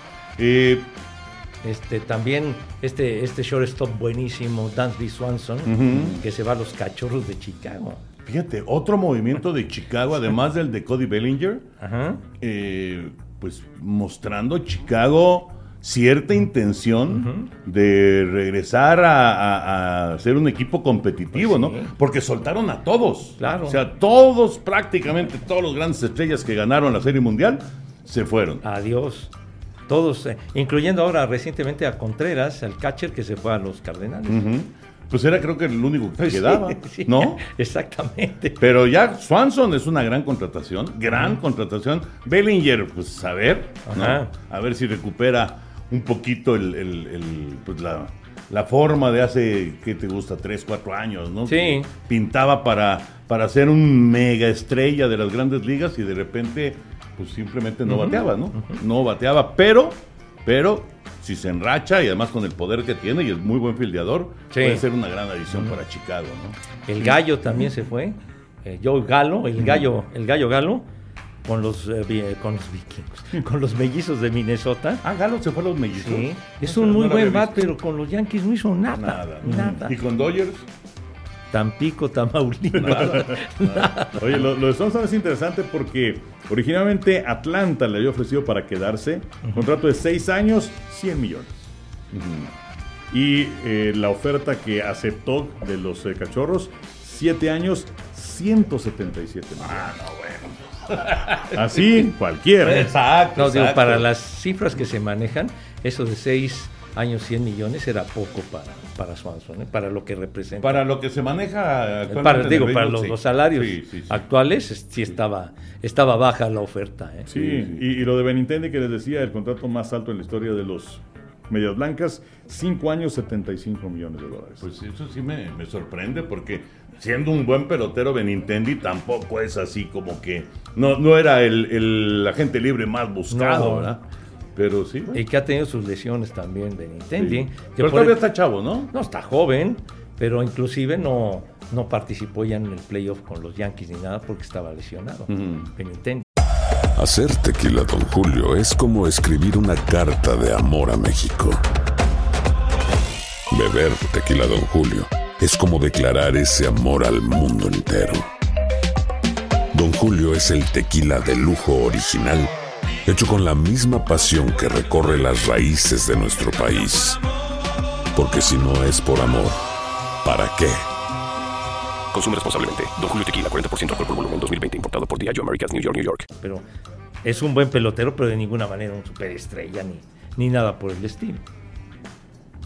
También este shortstop buenísimo, Dansby Swanson, que se va a los Cachorros de Chicago. Fíjate, otro movimiento de Chicago, además del de Cody Bellinger, Ajá. pues mostrando Chicago cierta intención de regresar a ser un equipo competitivo, Pues ¿no? sí. Porque soltaron a todos. Claro. O sea, todos, prácticamente todos los grandes estrellas que ganaron la Serie Mundial se fueron. Adiós. Todos, incluyendo ahora recientemente a Contreras, el catcher que se fue a los Cardenales. Ujú. Pues era creo que el único que Pues quedaba, sí, ¿no? Exactamente. Pero ya Swanson es una gran contratación, contratación. Bellinger, pues a ver, ¿no? Ajá. A ver si recupera un poquito pues, la forma de hace, ¿qué te gusta? 3, 4 años, ¿no? Sí. Que pintaba para ser un mega estrella de las grandes ligas y de repente, pues simplemente no bateaba, ¿no? No bateaba, pero si se enracha y además con el poder que tiene y es muy buen fildeador, Sí. puede ser una gran adición para Chicago, ¿no? El Gallo también se fue. Joe Gallo, el gallo Galo, con los vikingos, con los mellizos de Minnesota. Ah, Galo se fue a los mellizos. Sí, es No un sé, muy no lo buen había bat, visto. pero con los Yankees no hizo nada. Nada. ¿Y con Dodgers? Tampico, Tamaulipas. Oye, lo de Swanson es interesante porque originalmente Atlanta le había ofrecido para quedarse contrato de 6 años, $100 millones. Y la oferta que aceptó de los Cachorros, 7 años, 177 millones. Ah, no, bueno. Así, cualquiera. Exacto. No, digo, exacto. para las cifras que se manejan, eso de 6 años, 100 millones era poco para Swanson, para lo que representa. Para lo que se maneja actualmente. Para, en el digo, béisbol, para sí. los salarios Sí. actuales, sí estaba baja la oferta. ¿eh? Sí, y lo de Benintendi que les decía, el contrato más alto en la historia de los Medias Blancas, 5 años, $75 millones. Pues eso sí me sorprende porque siendo un buen pelotero Benintendi tampoco es así como que no era el agente libre más buscado, No. ¿verdad? Pero sí, bueno. Y que ha tenido sus lesiones también, Benintendi. Sí. que Pero por todavía el- está chavo, ¿no? No, está joven, pero inclusive no participó ya en el playoff con los Yankees ni nada porque estaba lesionado. Benintendi. Hacer tequila, Don Julio, es como escribir una carta de amor a México. Beber tequila, Don Julio, es como declarar ese amor al mundo entero. Don Julio es el tequila de lujo original, hecho con la misma pasión que recorre las raíces de nuestro país. Porque si no es por amor, ¿para qué? Consume responsablemente. Don Julio Tequila, 40% alcohol por volumen, 2020. Importado por Diageo Americas, New York, New York. Pero es un buen pelotero, pero de ninguna manera un superestrella ni nada por el estilo.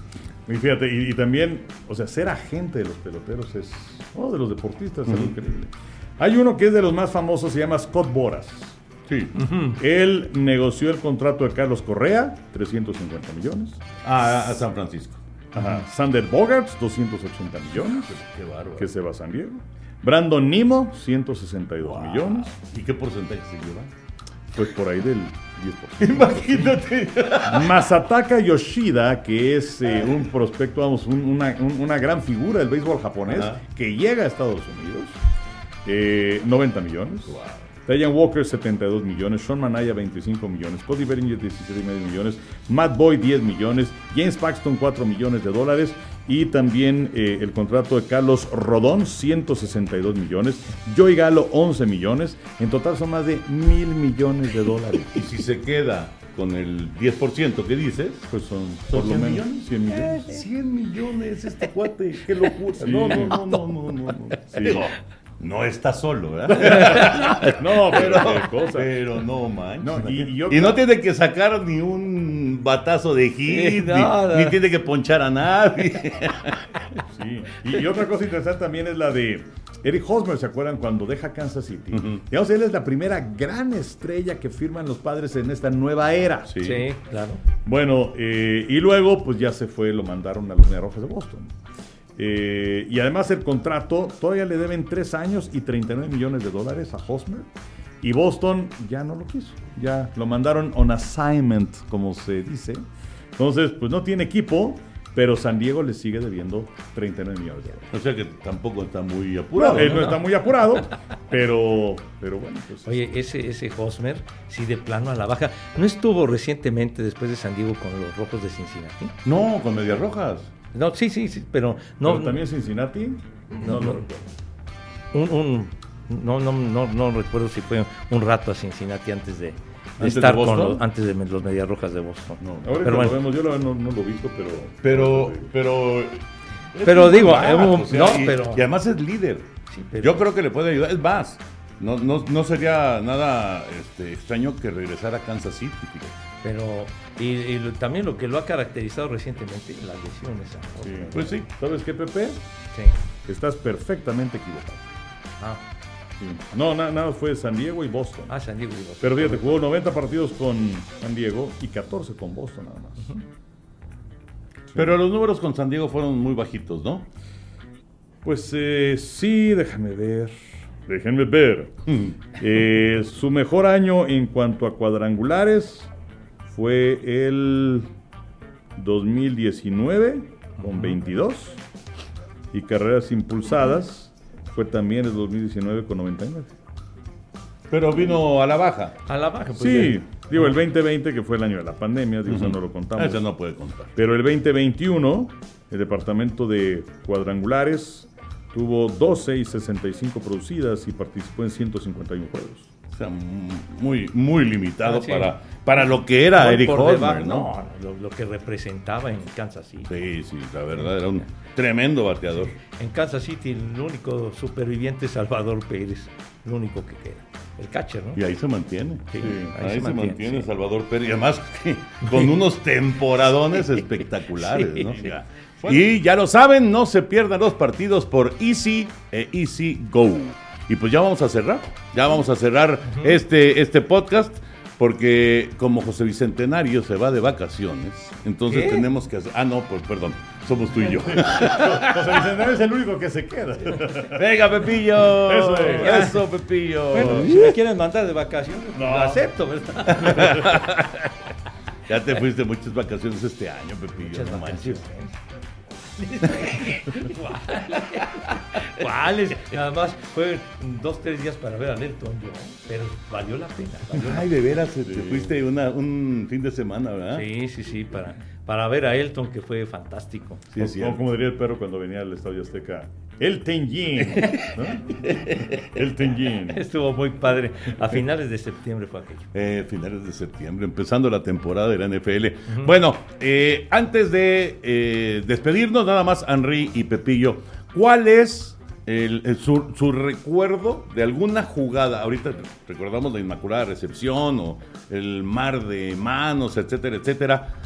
Y fíjate, y también, o sea, ser agente de los peloteros de los deportistas, es algo increíble. Hay uno que es de los más famosos, se llama Scott Boras. Sí. Él negoció el contrato de Carlos Correa, 350 millones. A San Francisco. Ajá. Sander Bogarts, 280 millones. Qué bárbaro. Que se va a San Diego. Brandon Nimmo, 162 millones. ¿Y qué porcentaje se lleva? Pues por ahí del 10%. Imagínate. Masataka Yoshida, que es un prospecto, vamos, una gran figura del béisbol japonés, que llega a Estados Unidos, 90 millones. Wow. Ryan Walker, 72 millones. Sean Manaya, 25 millones. Cody Bellinger, 17,5 millones. Matt Boyd, 10 millones. James Paxton, 4 millones de dólares. Y también el contrato de Carlos Rodón, 162 millones. Joey Gallo, 11 millones. En total son más de 1,000 millones de dólares. Y si se queda con el 10% que dices, Pues son ¿son por lo 100 menos millones? 100 millones. 100 millones este cuate, qué locura. Sí. No. Sí. Digo, no está solo, ¿verdad? No, pero, qué cosa. pero no manches. No, y no tiene que sacar ni un batazo de hit, ni tiene que ponchar a nadie. Sí. Y otra cosa interesante también es la de Eric Hosmer, ¿se acuerdan? Cuando deja Kansas City. Digamos, él es la primera gran estrella que firman los Padres en esta nueva era. Sí. Sí, claro. Bueno, y luego pues ya se fue, lo mandaron a los Mediarrojas de Boston. Y además el contrato, todavía le deben 3 años y 39 millones de dólares a Hosmer. Y Boston ya no lo quiso. Ya lo mandaron on assignment, como se dice. Entonces, pues no tiene equipo, pero San Diego le sigue debiendo 39 millones de dólares. O sea que tampoco está muy apurado. No, él no está muy apurado, pero bueno, pues. Oye, ese Hosmer, sí, de plano a la baja. ¿No estuvo recientemente después de San Diego con los Rojos de Cincinnati? No, con Medias Rojas. No, sí, pero no. Pero también Cincinnati. No, lo no. recuerdo. No recuerdo si fue un rato a Cincinnati antes de ¿Antes estar de con Boston? antes de los Medias Rojas de Boston. No. Ahorita Pero lo bueno. vemos, yo no lo he visto, Pero Pero es digo, un barato, pero- y además es líder. Sí, pero- Yo creo que le puede ayudar. Es más, no sería nada extraño que regresara a Kansas City. Fíjate. Pero también lo que lo ha caracterizado recientemente, las lesiones. a Sí. Hosmer. Pues sí. ¿Sabes qué, Pepe? Sí. Estás perfectamente equivocado. Ah, Sí. No, nada fue San Diego y Boston. San Diego y Boston. Pero fíjate, jugó 90 partidos con San Diego y 14 con Boston nada más. Pero los números con San Diego fueron muy bajitos, ¿no? Pues sí, déjenme ver. Su mejor año en cuanto a cuadrangulares fue el 2019 con 22 y carreras impulsadas fue también el 2019 con 99. Pero vino a la baja. A la baja, pues. Sí, digo el 2020 que fue el año de la pandemia, digo, eso no lo contamos. Eso no puede contar. Pero el 2021, el departamento de cuadrangulares tuvo 12 y 65 producidas y participó en 151 juegos. O sea, muy limitado Sí. para lo que era Por Eric debajo, Hosmer, ¿no? lo que representaba en Kansas City. Sí, la verdad, era un tremendo bateador. En Kansas City el único superviviente es Salvador Pérez, el único que queda. El catcher, ¿no? Y ahí se mantiene. Sí, Ahí se mantiene sí. Salvador Pérez. Y además con unos temporadones espectaculares, Sí. ¿no? Sí. Y ya lo saben, no se pierdan los partidos por Easy e Easy Go. Y pues ya vamos a cerrar. Ya vamos a cerrar este podcast. Porque como José Bicentenario se va de vacaciones, entonces ¿Qué? tenemos que hacer... Ah, no, pues perdón, somos tú y yo. José Bicentenario es el único que se queda. Venga, Pepillo. Eso es. Eso, Pepillo. Bueno, si me quieren mandar de vacaciones, No. lo acepto, ¿verdad? Ya te fuiste muchas vacaciones este año, Pepillo. Muchas no vacaciones. manches. ¿Cuáles? Nada más fue 2-3 días para ver a Elton John, pero valió la pena. Ay, de veras, te fuiste un fin de semana, ¿verdad? Sí, para ver a Elton, que fue fantástico. Sí, es cierto. Como diría el perro cuando venía al Estadio Azteca, el Tenjin, ¿no? El Tenjin. Estuvo muy padre. A finales de septiembre fue aquello. Finales de septiembre, empezando la temporada de la NFL. Bueno, antes de despedirnos, nada más, Henry y Pepillo, ¿cuál es su recuerdo de alguna jugada? Ahorita recordamos la Inmaculada Recepción o el mar de manos, etcétera, etcétera.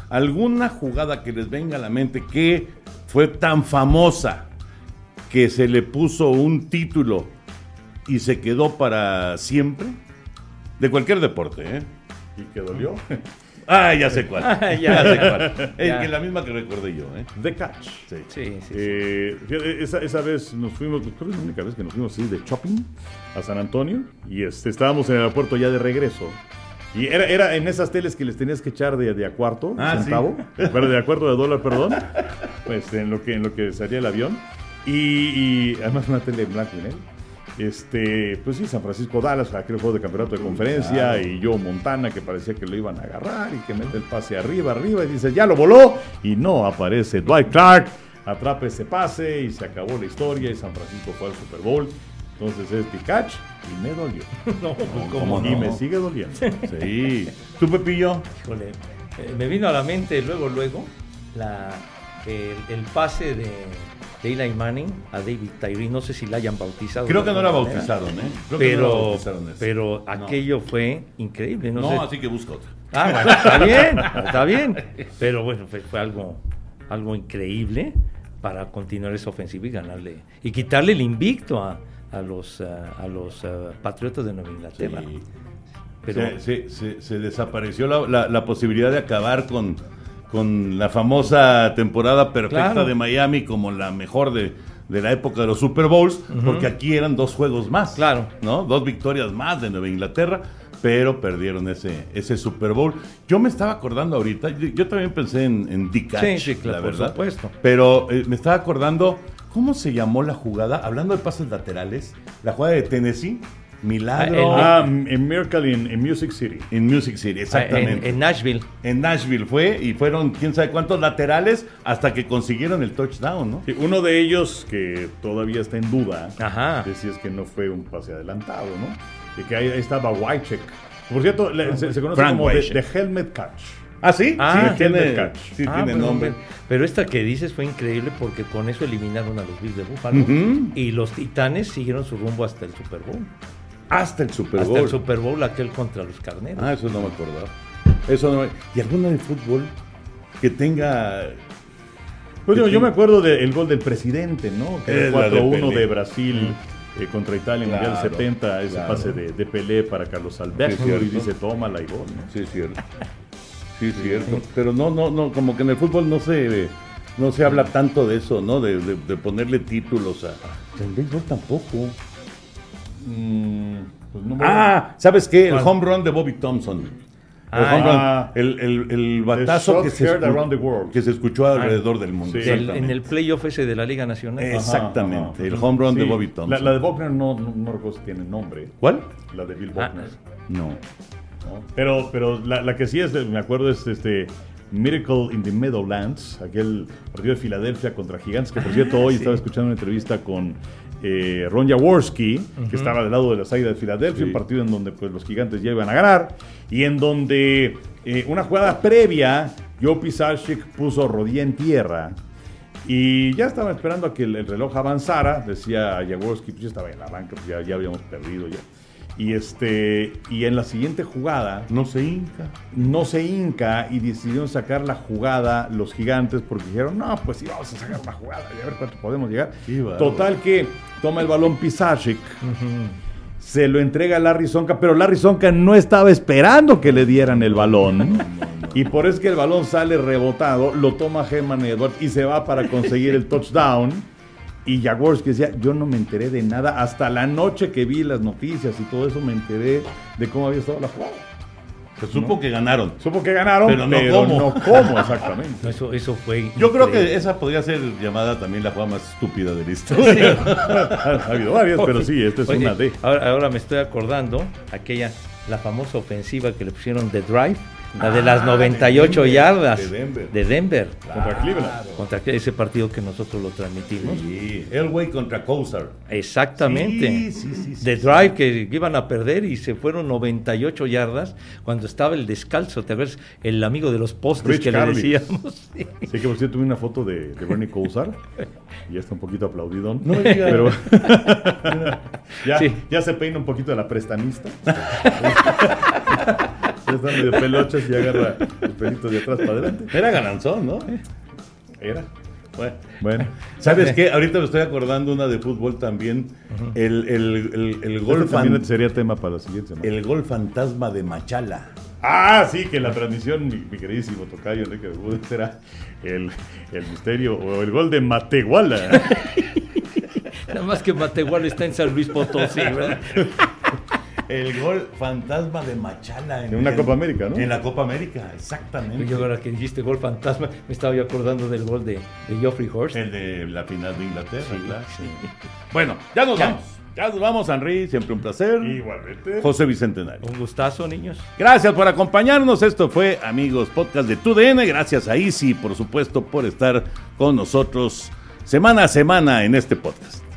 alguna jugada que les venga a la mente que fue tan famosa que se le puso un título y se quedó para siempre, de cualquier deporte, ¿eh? ¿Y que dolió? Ah, ya sé cuál. Ya sé cuál. Ya. Es la misma que recordé yo, ¿eh? The Catch. Sí. Fíjate, esa vez nos fuimos, creo que es la única vez que nos fuimos de shopping a San Antonio y estábamos en el aeropuerto ya de regreso. Y era en esas teles que les tenías que echar de a cuarto, centavo, pero de a cuarto de dólar, perdón, pues en lo que salía el avión. Y además una tele en blanco y negro. Pues sí, San Francisco Dallas, aquel juego de campeonato de conferencia, claro. Y Joe Montana que parecía que lo iban a agarrar y que mete el pase arriba y dice, ya lo voló, y no aparece Dwight Clark, atrapa ese pase y se acabó la historia y San Francisco fue al Super Bowl. Entonces es The Catch y me dolió. No, ¿cómo y no? me sigue doliendo. Sí. ¿Tú, Pepillo? Híjole, me vino a la mente luego el pase de Eli Manning a David Tyree, no sé si la hayan bautizado. Creo que no la bautizaron, ¿eh? Creo que no la bautizaron eso. Pero aquello fue increíble. No sé. Así que busca otra. Bueno, está bien. Pero bueno, fue algo increíble para continuar esa ofensiva y ganarle y quitarle el invicto a los Patriotas de Nueva Inglaterra. Sí. Pero se desapareció la posibilidad de acabar con la famosa temporada perfecta, claro, de Miami como la mejor de la época de los Super Bowls, porque aquí eran 2 juegos más, claro, ¿no? 2 victorias más de Nueva Inglaterra, pero perdieron ese Super Bowl. Yo me estaba acordando ahorita, yo también pensé en The Catch, sí, claro, la verdad, por supuesto. Pero me estaba acordando, ¿cómo se llamó la jugada? Hablando de pases laterales, la jugada de Tennessee, Milagro. En Miracle en Music City. En Music City, exactamente. En Nashville. En Nashville y fueron quién sabe cuántos laterales hasta que consiguieron el touchdown, ¿no? Sí, uno de ellos que todavía está en duda, decías que no fue un pase adelantado, ¿no? Y que ahí estaba Wycheck. Por cierto, se conoce Frank como The Helmet Catch. ¿Ah, sí? Sí, tiene Catch. Sí, tiene nombre. Pero esta que dices fue increíble porque con eso eliminaron a los Bills de Buffalo y los Titanes siguieron su rumbo hasta el Super Bowl. Hasta el Super Bowl. Hasta el Super Bowl, aquel contra los Carneros. Eso no me acordaba. ¿Y alguna de fútbol que tenga...? Pues yo me acuerdo del gol del presidente, ¿no? Que era 4-1 de Brasil contra Italia en el Mundial 70, ese pase de Pelé para Carlos Alberto, y dice, tómala y gol, ¿no? Sí, es cierto. Sí, es cierto. Pero no, como que en el fútbol no se habla tanto de eso, ¿no? De ponerle títulos a... En béisbol tampoco. Pues no ¿sabes qué? El home run de Bobby Thompson. El batazo que se escuchó alrededor del mundo. Sí. En el playoff ese de la Liga Nacional. Exactamente, el home run de Bobby Thompson. La de Buckner no recuerdo si tiene nombre. ¿Cuál? La de Bill Buckner. No. Pero la que sí me acuerdo es Miracle in the Meadowlands, aquel partido de Filadelfia contra Gigantes, que por cierto hoy estaba escuchando una entrevista con Ron Jaworski, que estaba del lado de las Águilas de Filadelfia, un partido en donde pues los Gigantes ya iban a ganar, y en donde una jugada previa, Joe Pisarcik puso rodilla en tierra, y ya estaba esperando a que el reloj avanzara, decía Jaworski, pues ya estaba en la banca, pues ya habíamos perdido ya. Y en la siguiente jugada no se hinca y decidieron sacar la jugada los Gigantes porque dijeron, no, pues sí, vamos a sacar la jugada y a ver cuánto podemos llegar. Total que toma el balón Pisarcik, se lo entrega a Larry Csonka, pero Larry Csonka no estaba esperando que le dieran el balón. Y por eso es que el balón sale rebotado, lo toma Herman Edwards y se va para conseguir el touchdown. Y Jaworski decía, yo no me enteré de nada, hasta la noche que vi las noticias y todo eso me enteré de cómo había estado la jugada. Se supo que ganaron. Pero no cómo exactamente. Eso fue yo creo que esa podría ser llamada también la jugada más estúpida de la historia. Ha habido varias, pero sí, esta es una de. Ahora me estoy acordando, la famosa ofensiva que le pusieron de Drive. La de las 98 yardas de Denver. Contra Cleveland. Contra ese partido que nosotros lo transmitimos. Sí, Elway contra Kosar. Exactamente. Sí, de Drive que iban a perder y se fueron 98 yardas cuando estaba el descalzo. ¿Te acuerdas? El amigo de los postes Rich que Carly. le decíamos. Sí, que por cierto tuve una foto de Bernie Kosar y ya está un poquito aplaudidón. No me digas. Pero ya se peina un poquito de la prestanista. Ya está medio pelochas y agarra pelitos de atrás para adelante. Era galanzón, ¿no? Era. Bueno. ¿Sabes qué? Ahorita me estoy acordando una de fútbol también. El gol también sería tema para la siguiente semana. El gol fantasma de Machala. Ah, sí, que la transmisión, mi queridísimo tocayo Enrique Bermúdez, era el misterio o el gol de Matehuala. Nada más que Matehuala está en San Luis Potosí, ¿verdad? El gol fantasma de Machala. En una Copa América, ¿no? En la Copa América, exactamente. Yo ahora que dijiste gol fantasma, me estaba yo acordando del gol de Geoffrey Horst. El de la final de Inglaterra, claro. Sí. Bueno, ya nos vamos. Ya nos vamos, Henry. Siempre un placer. Igualmente. José Bicentenario. Un gustazo, niños. Gracias por acompañarnos. Esto fue, amigos, podcast de TUDN. Gracias a Easy, por supuesto, por estar con nosotros semana a semana en este podcast.